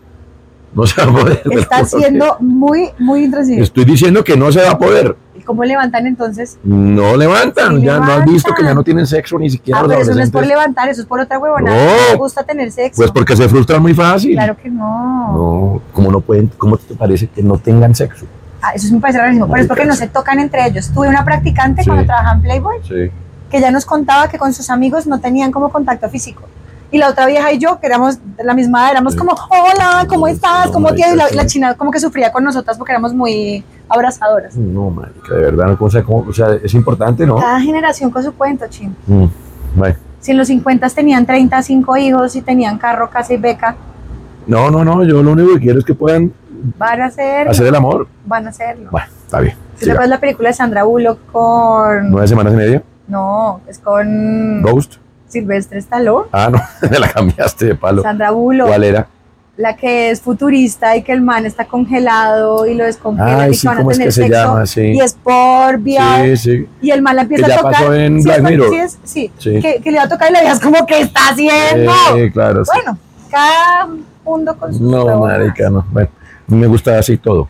No se va a poder. te lo Está juro que- siendo muy, muy intransigente. Estoy diciendo que no se va a poder. ¿Y cómo levantan entonces? No levantan. Sí ya no has levantan. visto que ya no tienen sexo ni siquiera Ah, los pero eso no es por adolescentes. levantar, eso es por otra huevonada. No. No les gusta tener sexo. Pues porque se frustran muy fácil. Claro que no. No, ¿cómo no pueden? ¿Cómo te parece que no tengan sexo? Ah, eso me parece rarísimo, pero es porque no se tocan entre ellos. Tuve una practicante Sí. cuando trabajaba en Playboy Sí. que ya nos contaba que con sus amigos no tenían como contacto físico. Y la otra vieja y yo, que éramos de la misma edad, éramos Sí. como, hola, ¿cómo estás? No, ¿Cómo tienes? Y la, marica, la sí. china como que sufría con nosotras porque éramos muy abrazadoras. No, marica, de verdad, no, o sea, ¿cómo? O sea, es importante, ¿no? Cada generación con su cuento, chin. Mm, bueno. Si en los cincuenta tenían treinta y cinco hijos y tenían carro, casa y beca, No, no, no, yo lo único que quiero es que puedan van a hacerlo. hacer el amor. Van a hacerlo. Bueno, está bien. ¿Sí te siga. acuerdas la película de Sandra Bullock con... ¿Nueve semanas y media? No, es con ¿Ghost? Silvestre Stallone. Ah, no, me la cambiaste de palo. Sandra Bullock. ¿Cuál era? La que es futurista y que el man está congelado y lo descongela Ay, y sí, que van a ¿cómo es tener que se sexo llama? Sí. y es por V R Sí, sí. y el man la empieza Que ya a tocar. pasó en sí, Black es- Mirror. sí, es- sí, Sí. Que, que le va a tocar y le veas como que está haciendo. Sí, claro. sí. Bueno, cada mundo con sus No, huevonas. marica, no. Bueno, a mí me gusta así todo.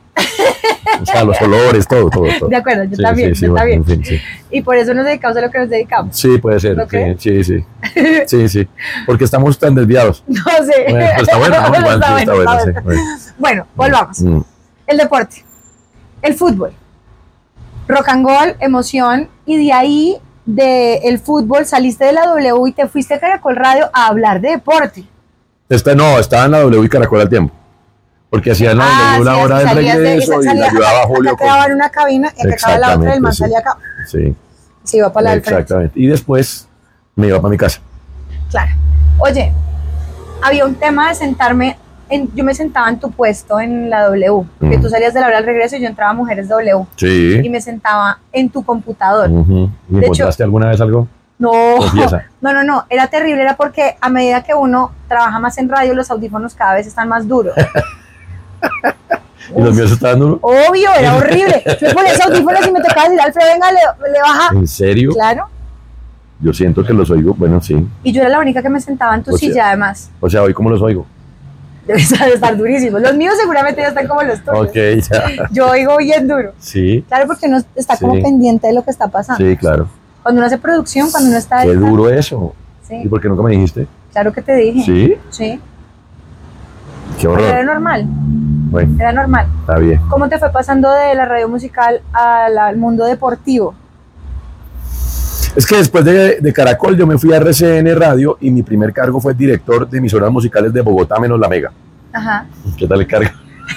O sea, los olores, todo, todo, todo. De acuerdo, yo Sí, también, sí, sí, yo bueno, también. en fin, sí. Y por eso nos dedicamos a lo que nos dedicamos. Sí, puede ser. ¿Ok? Sí, sí, sí. Sí, sí. Porque estamos tan desviados. No sé. Bueno, pero está bueno, ¿no? Igual, sí, está bueno, sí. Bueno. Bueno, volvamos. Mm. El deporte, el fútbol, rock and roll, emoción, y de ahí, del fútbol, saliste de la W y te fuiste a Caracol Radio a hablar de deporte. Esta, no, estaba en la W y Caracol al tiempo. Porque hacían la Ah, W la sí, hora del salías de- regreso y salía- le ayudaba a acá- Julio. acá quedaba en una cabina y acá quedaba la otra, el man Exactamente, sí. salía acá, Sí, se iba para la del frente. exactamente. Y después me iba para mi casa. Claro. Oye, había un tema de sentarme en, yo me sentaba en tu puesto en la W, Mm. que tú salías de la hora del regreso y yo entraba a Mujeres W. Sí. Y me sentaba en tu computador. Uh-huh. ¿Y De encontraste hecho- alguna vez algo? No, Confiesa. no, no, no, era terrible, era porque a medida que uno trabaja más en radio, los audífonos cada vez están más duros. ¿Y los míos estaban duros? Obvio, era horrible. Yo ponía esos audífonos y me tocaba decir, Alfredo, venga, le, le baja. ¿En serio? Claro. Yo siento que los oigo, bueno, sí. Y yo era la única que me sentaba en tu O sea- silla, además. O sea, hoy cómo los oigo. Debe estar durísimos. Los míos seguramente ya están como los tuyos. Ok, ya. Yo oigo bien duro. Sí, Claro, porque uno está como Sí. pendiente de lo que está pasando. sí, claro. Cuando uno hace producción, cuando uno está... Qué editando. duro eso. Sí, ¿Y por qué nunca me dijiste? claro que te dije. ¿Sí? Sí. Qué Pero era horror. normal, Bueno, era normal. está bien. ¿Cómo te fue pasando de la radio musical al, al mundo deportivo? Es que después de, de Caracol yo me fui a R C N Radio y mi primer cargo fue director de emisoras musicales de Bogotá menos La Mega. Ajá. ¿Qué tal el cargo?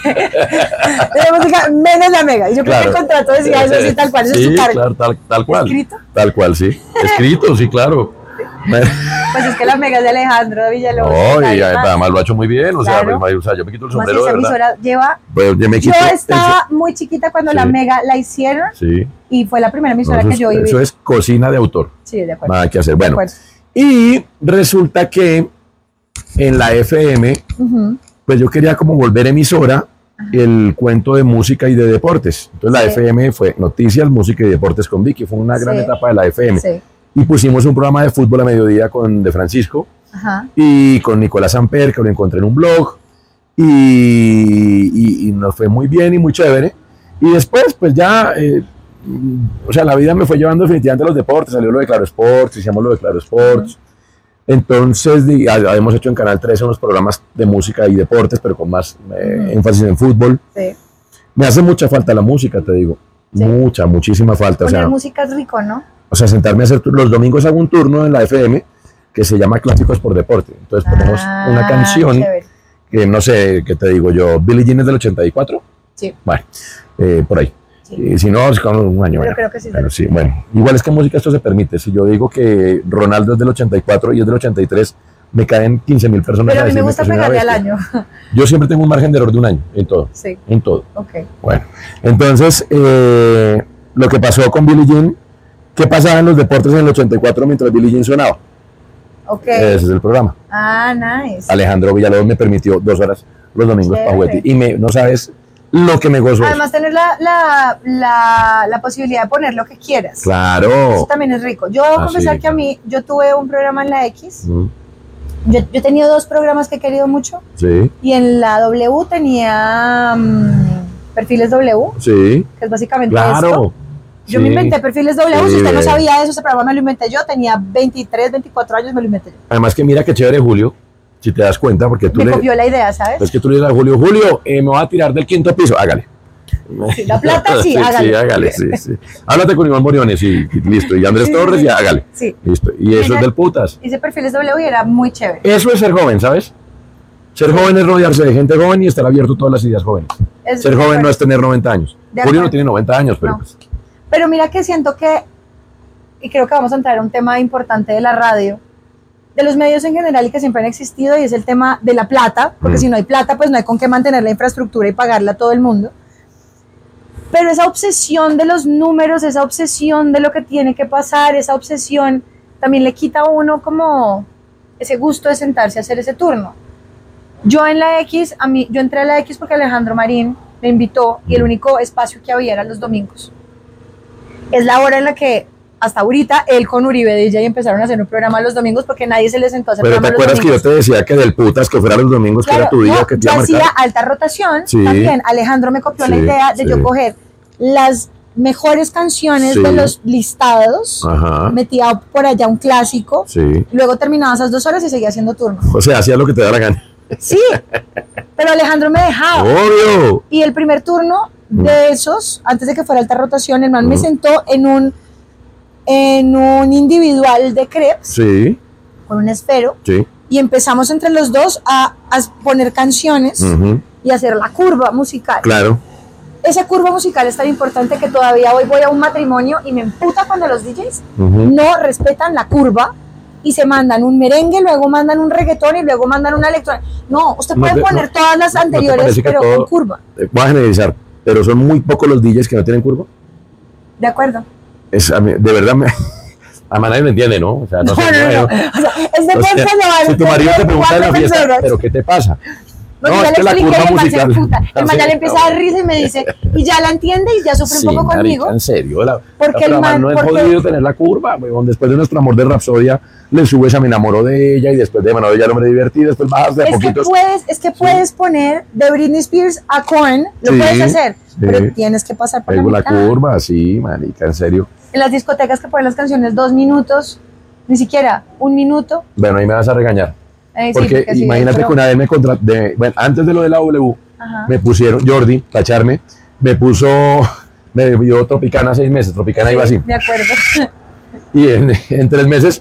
De la música menos la mega. Y yo creo que el contrato decía eso así tal cual, eso sí, es tu cargo. claro, tal, tal cual. ¿Escrito? Tal cual, sí. Escrito, sí, claro. Pues es que la mega es de Alejandro Villalobos. No, y Nadie más. además lo ha hecho muy bien, o sea, Claro. pues, o sea, yo me quito el Más sombrero, esa de verdad. emisora lleva... Pues, yo me Yo quito estaba muy chiquita cuando Sí. la mega la hicieron el- Sí. y fue la primera No, emisora eso, que es, yo viví. eso es cocina de autor. Sí, de acuerdo. Nada que hacer. De Bueno, acuerdo. y resulta que en la F M, Ujú. pues yo quería como volver emisora el cuento de música y de deportes. Entonces la Sí. F M fue noticias, música y deportes con Vicky. Fue una gran Sí. etapa de la F M. Sí. Y pusimos un programa de fútbol a mediodía con De Francisco Ajá. y con Nicolás Amper, que lo encontré en un blog. Y, y- y nos fue muy bien y muy chévere. Y después, pues ya, eh, mm, o sea, la vida me fue llevando definitivamente a los deportes. Salió lo de Claro Sports, hicimos lo de Claro Sports. Entonces, di- ha- hemos hecho en Canal trece unos programas de música y deportes, pero con más eh, énfasis en fútbol. Sí. Me hace mucha falta la música, te digo. Sí. Mucha, muchísima falta. O Poner sea, música es rico, ¿no? o sea, sentarme a hacer tu- los domingos hago un turno en la F M que se llama Clásicos por Deporte. Entonces ponemos Ah, una canción chévere. que no sé, ¿qué te digo yo? Billie Jean es del ochenta y cuatro. Sí. Bueno, eh, por ahí. Sí. Y si no, es con un año. Pero bueno. creo que sí. Pero sí, bueno. Igual es que en música esto se permite. Si yo digo que Ronaldo es del ochenta y cuatro y es del ochenta y tres, me caen quince mil personas. Pero a mí me decirme gusta que soy una pegarle al bestia. año. Yo siempre tengo un margen de error de un año, en todo. Sí. En todo. Ok. Bueno, entonces, eh, lo que pasó con Billie Jean, ¿qué pasaba en los deportes en el ochenta y cuatro mientras Billie Jean sonaba? Ok. Ese es el programa. Ah, nice. Alejandro Villalobos me permitió dos horas los domingos para Chévere. juguete. Y me, no sabes lo que me gozo. Además, tener la, la, la, la posibilidad de poner lo que quieras. Claro. Eso también es rico. Yo debo Ah, confesar sí, que a mí, yo tuve un programa en la X. Mm, Yo, yo he tenido dos programas que he querido mucho. sí, Y en la W tenía mm, Perfiles W, sí. que es básicamente esto. Claro. Yo sí. me inventé Perfiles W. Sí, Si usted no ve. sabía eso, ese programa me lo inventé yo. Tenía veintitrés, veinticuatro años, me lo inventé yo. Además que mira qué chévere Julio, si te das cuenta, porque tú Me le... copió la idea, ¿sabes? Es que tú le dices a Julio, Julio, eh, me voy a tirar del quinto piso, hágale. Sí, la plata sí, sí, hágale. Sí, hágale, sí, sí. Háblate con Iván Moriones y, y listo. Y Andrés Sí, Torres, sí, ya hágale. Sí. Listo. Y eso Ella- es del putas. Hice Perfiles W y era muy chévere. Eso es ser joven, ¿sabes? Ser joven es rodearse de gente joven y estar abierto a todas las ideas jóvenes. Es- Ser joven no es tener noventa años. De Julio no acuerdo. tiene noventa años, pero No. pues, Pero mira que siento que, y creo que vamos a entrar a un tema importante de la radio, de los medios en general y que siempre han existido, y es el tema de la plata, porque Mm. si no hay plata, pues no hay con qué mantener la infraestructura y pagarla a todo el mundo. Pero esa obsesión de los números, esa obsesión de lo que tiene que pasar, esa obsesión también le quita a uno como ese gusto de sentarse a hacer ese turno. Yo en la X, a mí, yo entré a la X porque Alejandro Marín me invitó y el único espacio que había era los domingos. Es la hora en la que hasta ahorita él con Uribe D J empezaron a hacer un programa los domingos porque nadie se les sentó a hacer pero te programa los acuerdas que yo domingos. te decía que del putas que fuera los domingos, que era Claro, tu día, no, que te yo iba a hacía marcar. alta rotación Sí. también. Alejandro me copió la Sí, idea de sí. yo coger las mejores canciones Sí. de los listados, Ajá. metía por allá un clásico, Sí. luego terminaba esas dos horas y seguía haciendo turno. O sea, hacía lo que te da la gana. Sí, pero Alejandro me dejaba. Obvio. Y el primer turno de esos, antes de que fuera alta rotación, el man me Mm. sentó en un, en un individual de crepes Sí, con un esfero sí. y empezamos entre los dos a, a poner canciones Ujú, y hacer la curva musical. claro. Esa curva musical es tan importante que todavía hoy voy a un matrimonio y me emputa cuando los D Js Ujú. no respetan la curva y se mandan un merengue, luego mandan un reggaetón y luego mandan una electrónica. No, usted puede No te- poner no- todas las ¿no te anteriores, parece que pero todo- con curva. Eh, Voy a generalizar, pero son muy pocos los D Js que no tienen curva. ¿De acuerdo? Es, a mí, de verdad, me, a nadie lo entiende, ¿no? O sea, no, No, sé, no, no. no, O sea, este o sea, podcast lo van a si tu marido te entender pregunta en la cuatro fiesta, personas. ¿pero qué te pasa? No, No, yo es ya que le la expliqué, curva el man se musical- emputa. El man ya le empieza a dar risa y me dice, y ya la entiende y ya sufre Sí, un poco conmigo. marica, en serio. La, Porque la el trama man- no es porque- jodido tener la curva, weón. Después de nuestro amor de Rapsodia, le subes a Me enamoro de ella y después de Me enamoro de ella, el hombre divertido, después bajas de a Es que poquitos. puedes, es que puedes poner de Britney Spears a Korn, lo Sí, puedes hacer, sí. pero tienes que pasar por la Pego la mitad. curva, sí, marica, en serio. En las discotecas que ponen las canciones dos minutos, ni siquiera un minuto. Bueno, ahí me vas a regañar. Eh, sí, Porque sí, imagínate pero- que una vez me contraté, de- bueno, antes de lo de la W, Ajá. me pusieron, Jordi, para echarme, me puso, me dio Tropicana seis meses, Tropicana iba así. De acuerdo. Y en, en tres meses,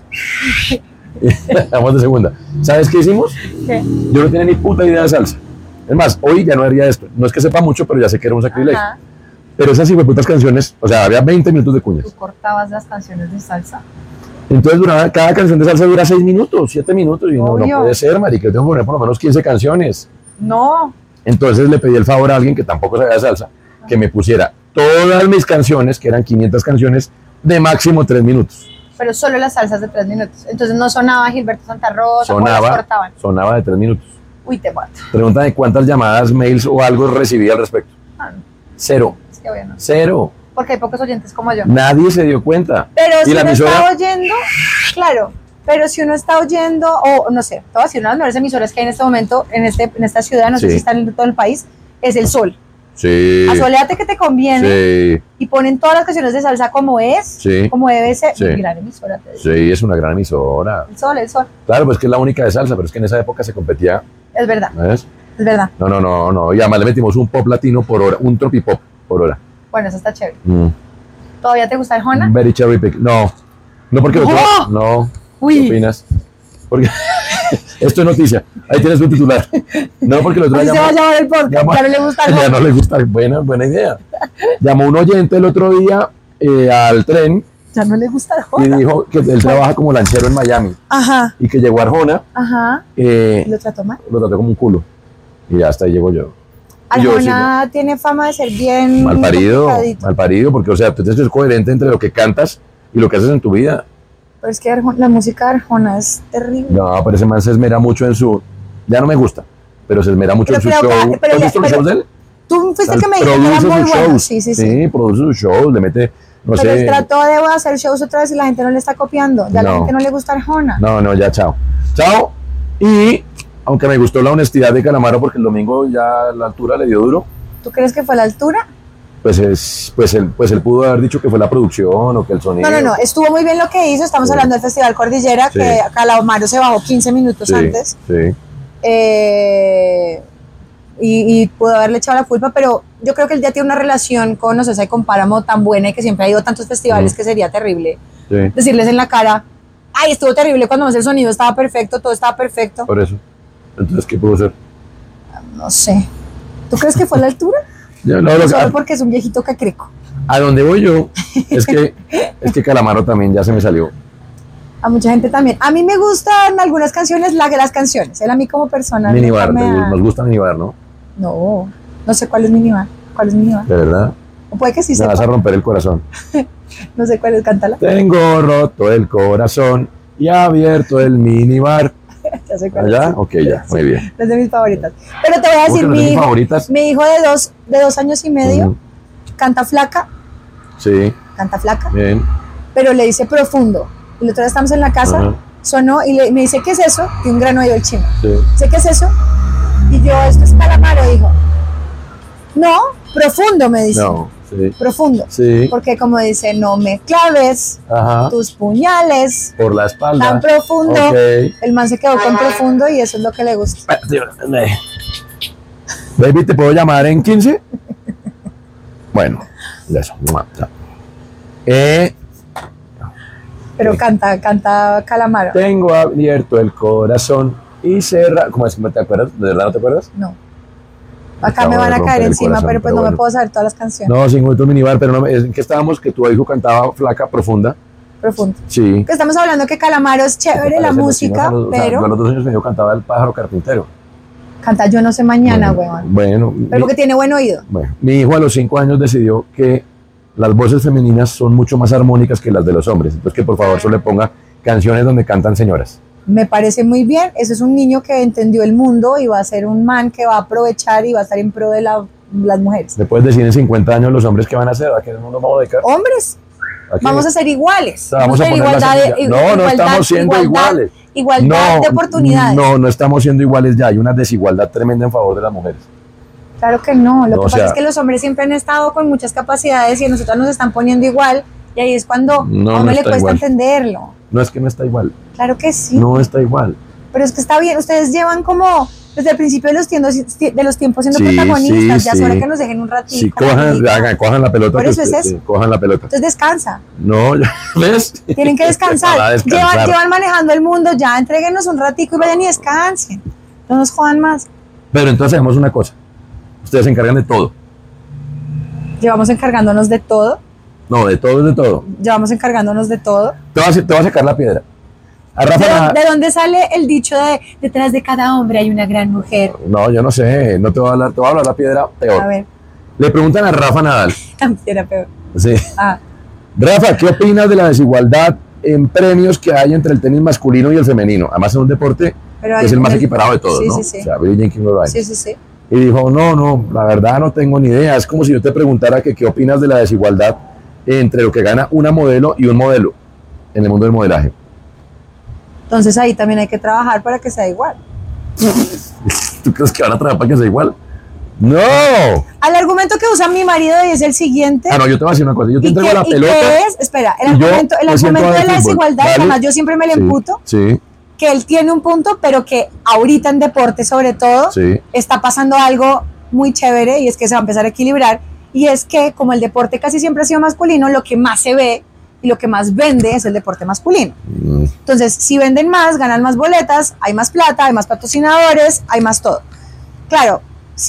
vamos de segunda. ¿Sabes qué hicimos? ¿Qué? Yo no tenía ni puta idea de salsa. Es más, hoy ya no haría esto. No es que sepa mucho, pero ya sé que era un sacrilegio. Ajá. Pero esas putas canciones, o sea, había veinte minutos de cuñas. Tú cortabas las canciones de salsa. Entonces duraba, cada canción de salsa dura seis minutos, siete minutos. Y no, no Obvio. puede ser, marica, yo tengo que poner por lo menos quince canciones. No. Entonces le pedí el favor a alguien que tampoco sabía de salsa, que me pusiera todas mis canciones, que eran quinientas canciones, de máximo tres minutos. Pero solo las salsas de tres minutos. Entonces no sonaba Gilberto Santa Rosa, o las Sonaba, cortaban. sonaba de tres minutos. Uy, te mato. Pregúntame cuántas llamadas, mails o algo recibí al respecto. Ah, no, Cero. es que bueno. Cero. Porque hay pocos oyentes como yo. Nadie se dio cuenta. Pero y si la uno emisora, está oyendo, claro, pero si uno está oyendo, o no sé, te voy a decir, una de las mejores emisoras que hay en este momento, en, este, en esta ciudad, no sé Sí. si están en todo el país, es El Sol. sí, Asoléate que te conviene sí, y ponen todas las canciones de salsa como es, Sí. como debe ser. Sí. Gran emisora, te digo. sí, es una gran emisora. El Sol, El Sol. Claro, pues que es la única de salsa, pero es que en esa época se competía, Es verdad, ¿ves? es verdad. No, no, no, no. Y además le metimos un pop latino por hora, un tropipop por hora. Bueno, eso está chévere. Mm. ¿Todavía te gusta el Jona? Very cherry pick. No, no porque el otro, ¡Oh! no. Uy. ¿Qué opinas? Porque esto es noticia. Ahí tienes tu titular. No porque el otro Así día se va a llamó- llamar el podcast, llamó- ya no le gusta el ya Jona. no le gusta. Buena, buena idea. Llamó un oyente el otro día eh, al tren Ya no le gusta el y Jona. dijo que él trabaja como lanchero en Miami Ajá, y que llegó a Arjona, ajá. eh, ¿Lo trató mal? lo trató como un culo. Y hasta ahí llego yo. Y yo, sí, Arjona tiene fama de ser bien mal parido, complicadito. mal parido, porque, o sea, tú tienes que ser coherente entre lo que cantas y lo que haces en tu vida. Pero es que Arjona- la música de Arjona es terrible. No, pero ese man se esmera mucho en su... Ya no me gusta, pero se esmera mucho Pero en su creo que- show. pero ¿Has ya- visto los pero- shows de él? Tú fuiste O sea, que me dijiste que era produce muy sus bueno. shows. Sí, sí, sí. Sí, produce sus shows, le mete, no pero sé... él trató de hacer shows otra vez y la gente no le está copiando. Ya a la No. gente no le gusta Arjona. No, no, ya, chao. Chao. Y, aunque me gustó la honestidad de Calamaro, porque el domingo ya la altura le dio duro, ¿Tú crees que fue la altura? pues, es, pues, él, pues él pudo haber dicho que fue la producción o que el sonido... No, no, no. Estuvo muy bien lo que hizo. Estamos Sí. hablando del Festival Cordillera, Sí. que Calamaro se bajó quince minutos Sí, antes. sí. Eh, y, y pudo haberle echado la culpa, pero yo creo que él ya tiene una relación con Ocesa y con Páramo tan buena y que siempre ha ido a tantos festivales Mm. que sería terrible Sí, decirles en la cara, ay, estuvo terrible cuando más el sonido estaba perfecto, todo estaba perfecto. por eso. Entonces, ¿qué pudo ser? No sé. ¿Tú crees que fue a la altura? Yo, no, lo- Solo a, porque es un viejito cacreco. a donde voy yo es que, es que Calamaro también ya se me salió. A mucha gente también. A mí me gustan algunas canciones, la, las canciones. Él a mí como persona. Minibar, nunca me te- ha- nos gusta Minibar, ¿no? No, no sé cuál es Minibar. ¿Cuál es Minibar? De verdad. O puede que sí Me sepa. vas a romper el corazón. No sé cuál es, cántala. Tengo roto el corazón y abierto el minibar. Ya sé cuál ¿Allá? es. Ok, ya, muy bien. Es de mis favoritas. Pero te voy a ¿Cómo que decir, no es de mi mis hijo, favoritas? mi hijo de dos, de dos años y medio Ujú. canta flaca, Sí, canta flaca, bien. pero le dice profundo. Y la otra vez estamos en la casa, Ajá. sonó y le, me dice, ¿qué es eso? Y un grano oído el chino. Sí. Dice, ¿qué es eso? Y yo, esto es Calamaro, dijo. No, profundo, me dice. No, sí. Profundo. Sí. Porque como dice, no me claves Ajá. tus puñales Por la espalda. tan profundo. Ok. El man se quedó con profundo y eso es lo que le gusta. Baby, ¿te puedo llamar en quince? Bueno, eso. Chao. Eh, Pero canta, canta Calamaro. tengo abierto el corazón y cerra. ¿Cómo es que te acuerdas? ¿De verdad no te acuerdas? No. Acá Acabo me van de a romper caer el encima, corazón, pero pues pero no me bueno. puedo saber todas las canciones. No, cinco minutos minibar, pero no, me- ¿en qué estábamos? Que tu hijo cantaba flaca, profunda. Profundo. Sí. Que estamos hablando que Calamaro es chévere, la música, los, pero... O sea, yo a los dos años que yo cantaba El pájaro carpintero. Canta Yo no sé mañana, bueno, weón. Bueno. Pero porque mi, tiene buen oído. Bueno, mi hijo a los cinco años decidió que las voces femeninas son mucho más armónicas que las de los hombres. Entonces que por favor solo le ponga canciones donde cantan señoras. Me parece muy bien. Ese es un niño que entendió el mundo y va a ser un man que va a aprovechar y va a estar en pro de la, las mujeres. ¿Me puedes decir en cincuenta años los hombres qué van a hacer? ¿A qué mundo vamos a dedicar? Hombres. Vamos a ser iguales. O sea, vamos, vamos a, a igualdad de, igualdad, No, no estamos siendo igualdad, iguales. Igualdad no, de oportunidades. No, no estamos siendo iguales ya. Hay una desigualdad tremenda en favor de las mujeres. Claro que no. Lo no, que o pasa sea, es que los hombres siempre han estado con muchas capacidades y a nosotros nos están poniendo igual. Y ahí es cuando no, a uno no le cuesta igual. entenderlo. No es que no está igual. Claro que sí. No está igual. Pero es que está bien. Ustedes llevan como desde el principio de los tiempos, de los tiempos siendo sí, protagonistas. Sí, ya sí. es hora que nos dejen un ratito. Sí, cojan, hagan, cojan la pelota. Por que eso usted, es eso. Sí, cojan la pelota. Entonces descansa. No, ¿ves? Tienen que descansar. descansar. Llevan, llevan manejando el mundo, ya entréguenos un ratico y vayan y descansen. No nos jodan más. Pero entonces hacemos una cosa. Ustedes se encargan de todo. Llevamos encargándonos de todo. No, de todo es de todo. Llevamos encargándonos de todo. Te vas a, te vas a sacar la piedra. A ¿De, Rafa, ¿De dónde sale el dicho de detrás de cada hombre hay una gran mujer? No, yo no sé. No te voy a hablar, te voy a hablar la piedra peor. A ver. Le preguntan a Rafa Nadal. La piedra peor. Sí. Ah. Rafa, ¿qué opinas de la desigualdad en premios que hay entre el tenis masculino y el femenino? Además es un deporte Pero que es el más el... equiparado de todos, sí, ¿no? Sí, sí. O sea, Billie Jean King lo hay. Sí, sí, sí. Y dijo, no, no, la verdad no tengo ni idea. Es como si yo te preguntara que qué opinas de la desigualdad entre lo que gana una modelo y un modelo en el mundo del modelaje. Entonces ahí también hay que trabajar para que sea igual. ¿Tú crees que van a trabajar para que sea igual? ¡No! Al argumento que usa mi marido y es el siguiente. Ah, no, yo te voy a decir una cosa. Yo te ¿Y entrego qué, la ¿y pelota. qué es? Espera, el argumento, el argumento de la desigualdad, ¿vale? Además yo siempre me le sí, emputo. Sí. Que él tiene un punto, pero que ahorita en deporte sobre todo sí. está pasando algo muy chévere y es que se va a empezar a equilibrar y es que como el deporte casi siempre ha sido masculino, lo que más se ve y lo que más vende es el deporte masculino. Mm. Entonces, si venden más, ganan más boletas, hay más plata, hay más patrocinadores, hay más todo. Claro,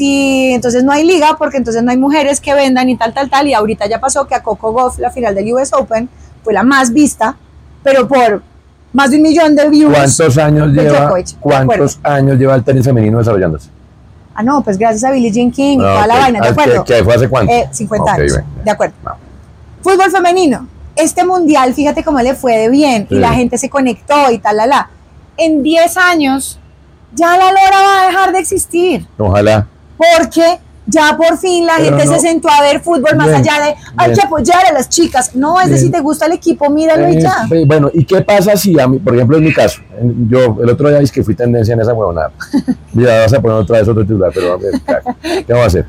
si entonces no hay liga porque entonces no hay mujeres que vendan y tal, tal, tal, y ahorita ya pasó que a Coco Gauff, la final del U S Open, fue la más vista, pero por más de un millón de views. ¿Cuántos años de lleva, Djokovic, ¿cuántos años lleva el tenis femenino desarrollándose? Ah, no, pues gracias a Billie Jean King y No, toda okay. la vaina, ¿de acuerdo? ¿Qué, qué fue hace cuánto? Eh, cincuenta okay, años, bien. de acuerdo. No. Fútbol femenino. Este mundial, fíjate cómo le fue de bien sí. y la gente se conectó y tal, la, la. En diez años ya la lora va a dejar de existir. Ojalá. Porque ya por fin la Pero gente no. se sentó a ver fútbol más Bien, allá de hay bien. que apoyar a las chicas. No, es Bien. decir, te gusta el equipo, míralo Eh, y ya. Bueno, ¿y qué pasa si a mí, por ejemplo, en mi caso, en- yo el otro día es que fui tendencia en esa huevonada? Ya vas a poner otra vez otro titular, pero a ver, ¿qué vamos a hacer?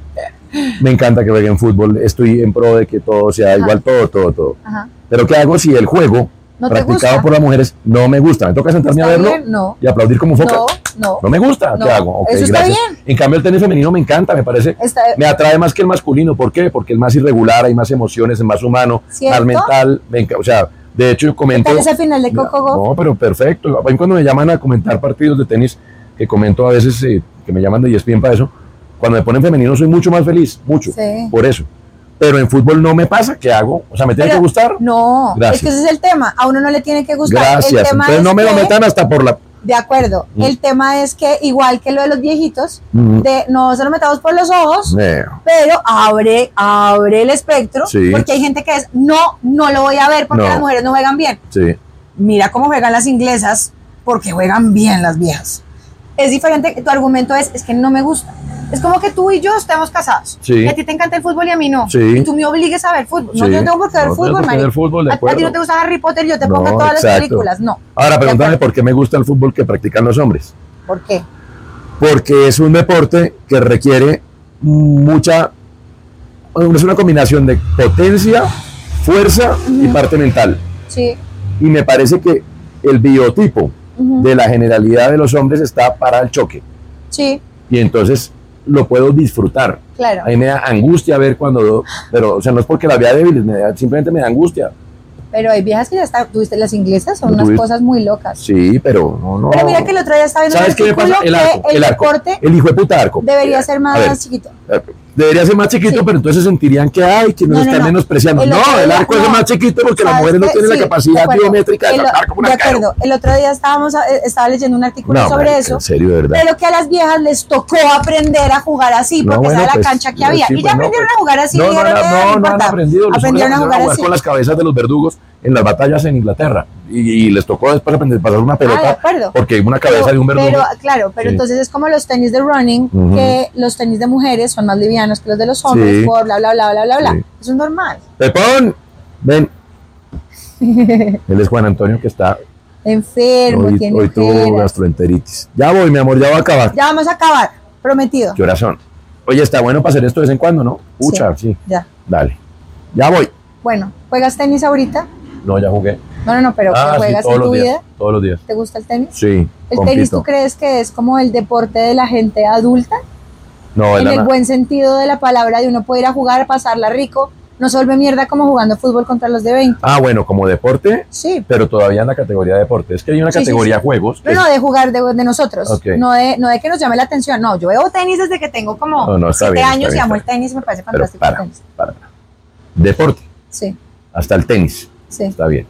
Me encanta que jueguen fútbol, estoy en pro de que todo sea Ajá. igual, todo, todo, todo. Ajá. Pero ¿qué hago si el juego ¿No te practicado gusta? por las mujeres no me gusta? ¿Me toca sentarme a ¿Está verlo bien? No. y aplaudir como foca? No, no. ¿No me gusta? No, ¿Qué hago? Ok, eso está gracias. bien. En cambio, el tenis femenino me encanta, me parece. Está- Me atrae más que el masculino. ¿Por qué? Porque es más irregular, hay más emociones, es más humano, ¿Cierto? más mental. Me enca- o sea, de hecho, yo comento. ¿Qué tal esa final de Coco Gauff? No, pero perfecto. A mí cuando me llaman a comentar partidos de tenis, que comento a veces, eh, que me llaman de E S P N para eso, cuando me ponen femenino soy mucho más feliz, mucho, Sí. por eso. Pero en fútbol no me pasa, ¿qué hago? O sea, ¿me tiene Pero- que gustar? No, Gracias. es que ese es el tema. A uno no le tiene que gustar. El Gracias. tema Entonces no es me lo que- metan hasta por la... De acuerdo. Mm. El tema es que, igual que lo de los viejitos, Mm. de no se lo metamos por los ojos, Eh, pero abre, abre el espectro, Sí. porque hay gente que es, no, no lo voy a ver porque No. las mujeres no juegan bien. sí. Mira cómo juegan las inglesas, porque juegan bien las viejas. Es diferente, tu argumento es, es que no me gusta. Es como que tú y yo estemos casados. Sí. Y a ti te encanta el fútbol y a mí no. Sí. Y tú me obligues a ver fútbol. No, Sí. yo no tengo por qué ver No fútbol, tengo por qué Mari. ver fútbol, de a, a ti acuerdo. no te gusta Harry Potter y yo te No, pongo todas las exacto. películas. No. Ahora, De pregúntame acuerdo. por qué me gusta el fútbol que practican los hombres. ¿Por qué? Porque es un deporte que requiere mucha, es una combinación de potencia, fuerza y parte mental. Sí. Y me parece que el biotipo Ujú. de la generalidad de los hombres está para el choque. Sí, Y entonces lo puedo disfrutar. claro. A mí me da angustia ver cuando, pero o sea, no es porque las vea débiles, me da- simplemente me da angustia. Pero hay viejas que ya están, tuviste las inglesas, son ¿No unas tuviste? cosas muy locas. Sí, pero no, no. Pero mira que el otro día estaba viendo un ¿Sabes qué me artículo pasa? El arco, que el, el arco, deporte el hijo de puta arco. debería ser más A ver, chiquito. eh, Debería ser más chiquito, sí. Pero entonces sentirían que hay, que nos no, no, están no. menospreciando. El no, el día, arco no. es más chiquito porque las mujeres no tienen sí, la capacidad biométrica de saltar como una De acuerdo, el otro día estábamos, estaba leyendo un artículo no, sobre marica, eso, en serio, de verdad. pero que a las viejas les tocó aprender a jugar así, porque no, bueno, esa era pues, la cancha que había, sí, y ya pues, aprendieron no, a jugar así. No, no, no, no, no, no han aprendido, aprendieron a jugar, a jugar así. Con las cabezas de los verdugos en las batallas en Inglaterra, y, y les tocó después aprender a pasar una pelota, ah, de acuerdo. Porque una cabeza pero, de un verdugo. Pero, claro, pero sí. Entonces es como los tenis de running, uh-huh. Que los tenis de mujeres son más livianos que los de los hombres, sí. Por bla, bla, bla, bla, bla, bla. Sí. Eso es normal. Pepón, ven. Él es Juan Antonio, que está enfermo, hoy, tiene hoy tuvo gastroenteritis. Ya voy, mi amor, ya va a acabar. Ya vamos a acabar, prometido. ¿Qué horas son? Oye, está bueno para hacer esto de vez en cuando, ¿no? Pucha, sí. sí. Ya. Dale. Ya voy. Bueno, ¿juegas tenis ahorita? No, ya jugué. No, no, no, pero ah, ¿qué juegas sí, en tu días, vida? Todos los días. ¿Te gusta el tenis? Sí. ¿El compito. tenis tú crees que es como el deporte de la gente adulta? No, en el el buen sentido de la palabra, de uno poder ir a jugar, pasarla rico, no se vuelve mierda como jugando fútbol contra los de veinte. Ah, bueno, como deporte, sí, pero todavía en la categoría de deporte. Es que hay una sí, categoría sí, sí. juegos. No, es... no, de jugar de, de nosotros, okay. no, de, no de que nos llame la atención. No, yo veo tenis desde que tengo como no, no, siete bien, bien, años y amo el tenis, me parece fantástico para, el tenis. Para, para. Deporte. Sí. Hasta el tenis. Sí. Está bien.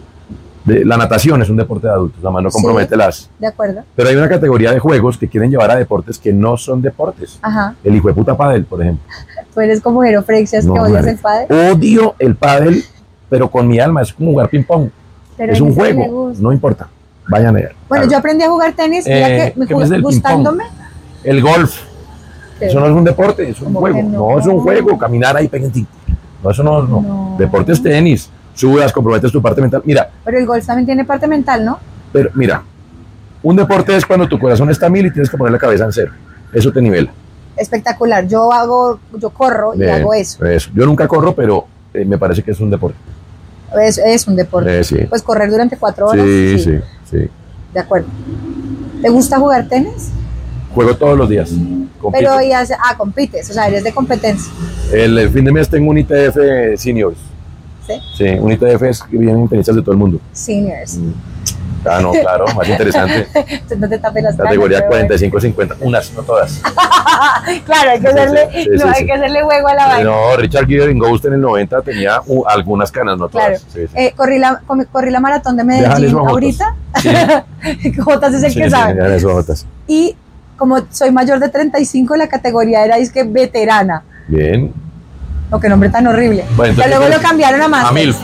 De, la natación es un deporte de adultos, además no compromete sí, las... De acuerdo. Pero hay una categoría de juegos que quieren llevar a deportes que no son deportes. Ajá. El hijo de puta pádel, por ejemplo. Tú eres como Jero Frexias, no, que odias el pádel. Odio el pádel, pero con mi alma, es como jugar ping pong. Pero es un juego, no importa. Vayan a ver. Bueno, claro. Yo aprendí a jugar tenis, mira eh, que me jugué gustándome. El golf. Pero, eso no es un deporte, es un juego. No? no es un juego, caminar ahí pegadito. No, eso no, no. no. Deporte es tenis. Sudas, comprometes tu parte mental. Mira. Pero el golf también tiene parte mental, ¿no? Pero mira, un deporte es cuando tu corazón está a mil y tienes que poner la cabeza en cero. Eso te nivela. Espectacular. Yo hago, yo corro Bien, y hago eso. eso. Yo nunca corro, pero eh, me parece que es un deporte. Es, es un deporte. Eh, sí. Pues correr durante cuatro horas. Sí, sí, sí, sí. De acuerdo. ¿Te gusta jugar tenis? Juego todos los días. Compito. Pero ya, ah, compites, o sea, eres de competencia. El, el fin de mes tengo un I T F Seniors. ¿Sí? Sí, un I T F es que vienen tenistas de todo el mundo. Seniors. Mm. Ah, no, claro, más interesante. No te tapes las categoría cuarenta y cinco cincuenta, unas, no todas. Claro, hay que hacerle, sí, sí, no, sí, hay sí. que hacerle juego a la vaina. No, Richard Gere en Ghost en el noventa tenía uh, algunas canas, no todas. Claro. Sí, sí. Eh, corrí, la, corrí la maratón de Medellín ahorita. Sí. Jotas es el sí, que sí, sabe. Sí, y como soy mayor de treinta y cinco, la categoría era es que veterana. Bien. Lo que nombre tan horrible. Bueno, entonces, luego lo cambiaron a más. A MILF.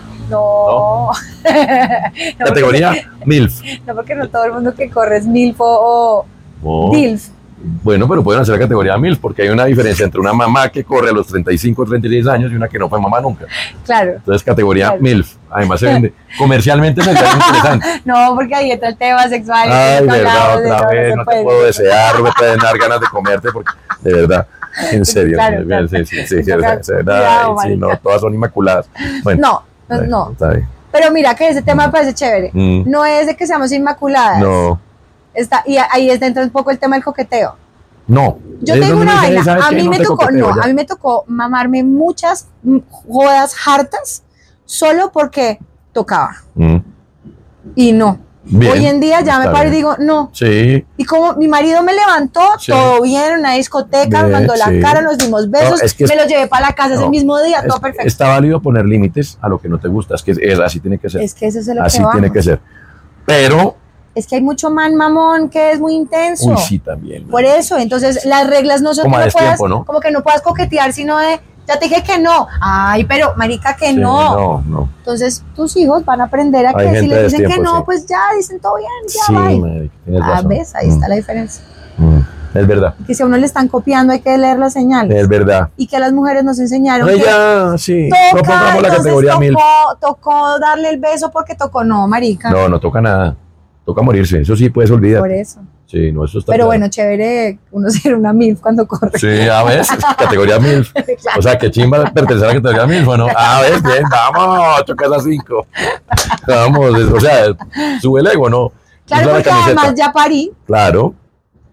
No. ¿No? no Categoría porque, MILF. No, porque no todo el mundo que corre es MILF o oh. DILF. Bueno, pero pueden hacer la categoría MILF porque hay una diferencia entre una mamá que corre a los treinta y cinco, treinta y seis años y una que no fue mamá nunca. Claro. Entonces, categoría claro. MILF. Además, se vende. Comercialmente me parece interesante. No, porque ahí está el tema sexual. Ay, de verdad, otra vez. No, no te puedo desear, no me pueden dar ganas de comerte porque, de verdad. En serio, claro, claro. sí, sí, sí, sí, verdad, cuidado, sí, no, todas son inmaculadas. Bueno, no, no, no. Está bien. Pero mira que ese tema me parece chévere. Mm. No es de que seamos inmaculadas. No. Está, y ahí está entra un poco el tema del coqueteo. No. Yo tengo una vaina. A mí no me tocó, no, ya. a mí me tocó mamarme muchas jodas hartas solo porque tocaba. Mm. Y no. Bien, hoy en día ya me paro y digo, no. Sí. Y como mi marido me levantó, sí. todo bien en una discoteca, me mandó la sí. cara, nos dimos besos, no, es que me es, lo llevé para la casa no, ese mismo día, todo perfecto. Está válido poner límites a lo que no te gusta, es que es, así tiene que ser. Es que eso es lo así que Así tiene que ser. Pero... Es que hay mucho man mamón que es muy intenso. Uy, sí, también. Man. Por eso, entonces las reglas no son como, que no puedas, tiempo, ¿no? como que no puedas coquetear, sino de... Ya te dije que no. Ay, pero marica que sí, no. No, no. Entonces tus hijos van a aprender a que si les dicen tiempo, que no, sí. pues ya dicen todo bien, ya sí, va. Marica, tienes ah, razón. ves, ahí mm. está la diferencia. Mm. Es verdad. Que si a uno le están copiando hay que leer las señales. Es verdad. Y que a las mujeres nos enseñaron no, que ya, sí. toca, no pongamos la categoría tocó, mil. Tocó darle el beso porque tocó, no, marica. No, no toca nada. Toca morirse, eso sí puedes olvidar. Por eso. Sí, no, eso está Pero claro. Bueno, chévere uno ser una MILF cuando corre. Sí, a ver, categoría MILF. Claro. O sea, que chimba pertenecer a la categoría MILF, ¿no? A ver, bien, vamos, chocas a cinco. Vamos, o sea, sube el ego, ¿no? Claro, porque además ya parí. Claro.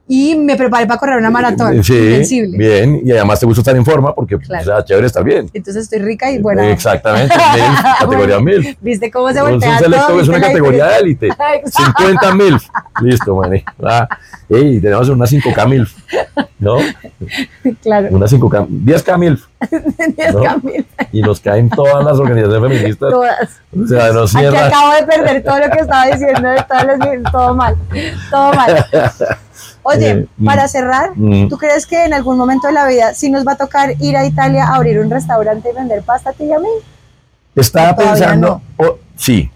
y me preparé para correr una maratón. Sí, invencible. Bien, y además te gusta estar en forma porque claro. O sea, chévere estar bien. Entonces estoy rica y buena. Exactamente, MILF, categoría MILF. ¿Viste cómo se voltea todo? Selecto es una categoría de élite. cincuenta MILF. Listo, man. Ah, ey, tenemos una cinco K MILF, ¿no? Claro. Una cinco K, diez K MILF. diez K MILF. Y nos caen todas las organizaciones feministas. Todas. O sea, nos cierra. Aquí acabo de perder todo lo que estaba diciendo de todas las, todo mal. Todo mal. Oye, eh, para cerrar, mm. ¿tú crees que en algún momento de la vida sí nos va a tocar ir a Italia a abrir un restaurante y vender pasta a ti y a mí? Estaba pensando, no. oh, sí.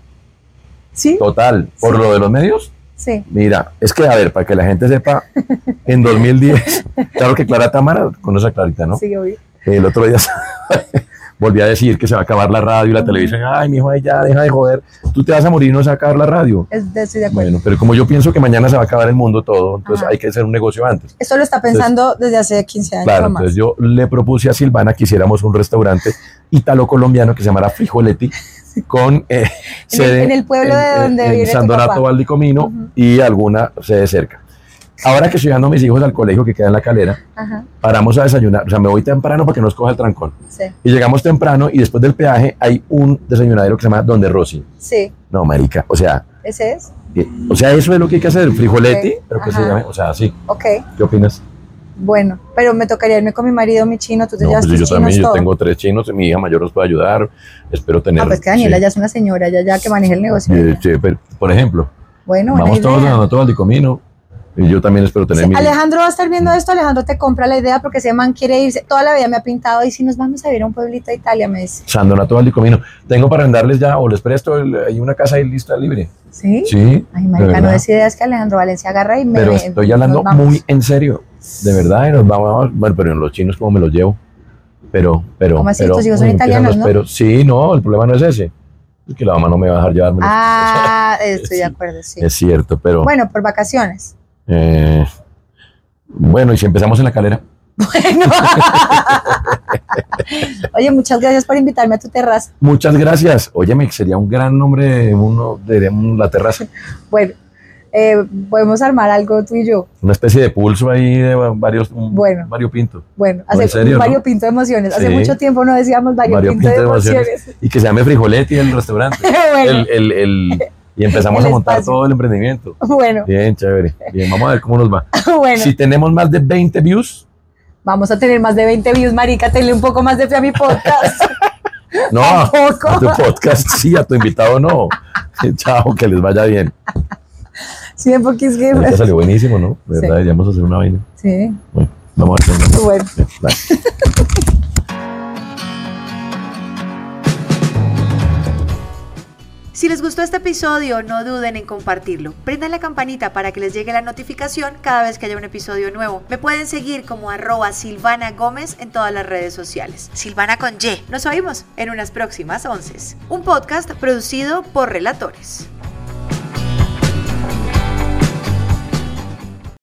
¿Sí? Total, ¿por sí. lo de los medios? Sí. Mira, es que a ver, para que la gente sepa, en dos mil diez, claro que Clara Támara, conoce a Clarita, ¿no? Sí, obvio. El otro día volví a decir que se va a acabar la radio y la uh-huh. televisión. Ay, mijo, ay, ya, deja de joder. Tú te vas a morir y no se va a acabar la radio. Es de, estoy de acuerdo. Bueno, pero como yo pienso que mañana se va a acabar el mundo todo, entonces uh-huh. hay que hacer un negocio antes. Esto lo está pensando entonces, desde hace quince años. Claro, o más. Entonces yo le propuse a Silvana que hiciéramos un restaurante italo-colombiano que se llamara Frijoletti, con eh, en, sede el, en el pueblo en, de donde en, vive en San Donato Valdicomino uh-huh. y alguna sede cerca. Ahora que estoy llevando a mis hijos al colegio que queda en La Calera, Ajá. paramos a desayunar, o sea, me voy temprano para que no nos coja el trancón. Sí. Y llegamos temprano y después del peaje hay un desayunadero que se llama Donde Rosy. Sí. No, marica, o sea... ¿Ese es? Eh, o sea, eso es lo que hay que hacer, frijoletti, okay. pero que Ajá. se llame, o sea, sí. Ok. ¿Qué opinas? Bueno, pero me tocaría irme con mi marido, mi chino, tú te no, llevas pues tus yo también, chinos, yo tengo tres chinos, mi hija mayor nos puede ayudar, espero tener... Ah, pues que Daniela sí. ya es una señora, ya, ya que maneja el negocio. Eh, sí, pero, por ejemplo, bueno, vamos todos a Donato Valdicomino. Y yo también espero tener sí, mi... Alejandro va a estar viendo esto, Alejandro te compra la idea porque ese man quiere irse, toda la vida me ha pintado y si nos vamos a ir a un pueblito de Italia, me dice. San Donato Valdicomino, tengo para rendarles ya, o les presto, el, hay una casa ahí lista libre. ¿Sí? Sí. Ay, marica, no des ideas que Alejandro Valencia agarra y me... Pero estoy hablando muy en serio, de verdad, y nos vamos, bueno, pero en los chinos como me los llevo, pero... pero ¿Cómo así? pero, Tus hijos son italianos, ¿no? Pero, sí, no, el problema no es ese, es que la mamá no me va a dejar llevarme. Ah, estoy de acuerdo, sí. Es cierto, pero... Bueno, por vacaciones. Eh... Bueno, y si empezamos en La Calera. Bueno. Oye, muchas gracias por invitarme a tu terraza. Muchas gracias. Óyeme, sería un gran nombre uno de la terraza. Bueno, eh, podemos armar algo tú y yo. Una especie de pulso ahí de varios, bueno, variopinto. Bueno, hace ¿En serio, un variopinto no? de emociones. Sí. Hace mucho tiempo no decíamos variopinto, variopinto de, emociones. de emociones. Y que se llame Frijoletti el restaurante. Bueno. El, el, el, y empezamos a montar todo el emprendimiento. Bueno. Bien, chévere. Bien, vamos a ver cómo nos va. Bueno. Si tenemos más de veinte views. Vamos a tener más de veinte views, marica. Tenle un poco más de fe a mi podcast. No, a tu podcast sí, a tu invitado no. Chao, que les vaya bien. Sí, porque es que... Ahorita salió buenísimo, ¿no? De verdad, sí. Deberíamos hacer una vaina. Sí. Bueno, vamos a hacer una. Bueno. Bye. Si les gustó este episodio, no duden en compartirlo. Prendan la campanita para que les llegue la notificación cada vez que haya un episodio nuevo. Me pueden seguir como arroba Silvana Gómez en todas las redes sociales. Silvana con Y. Nos oímos en unas próximas once. Un podcast producido por Relatores.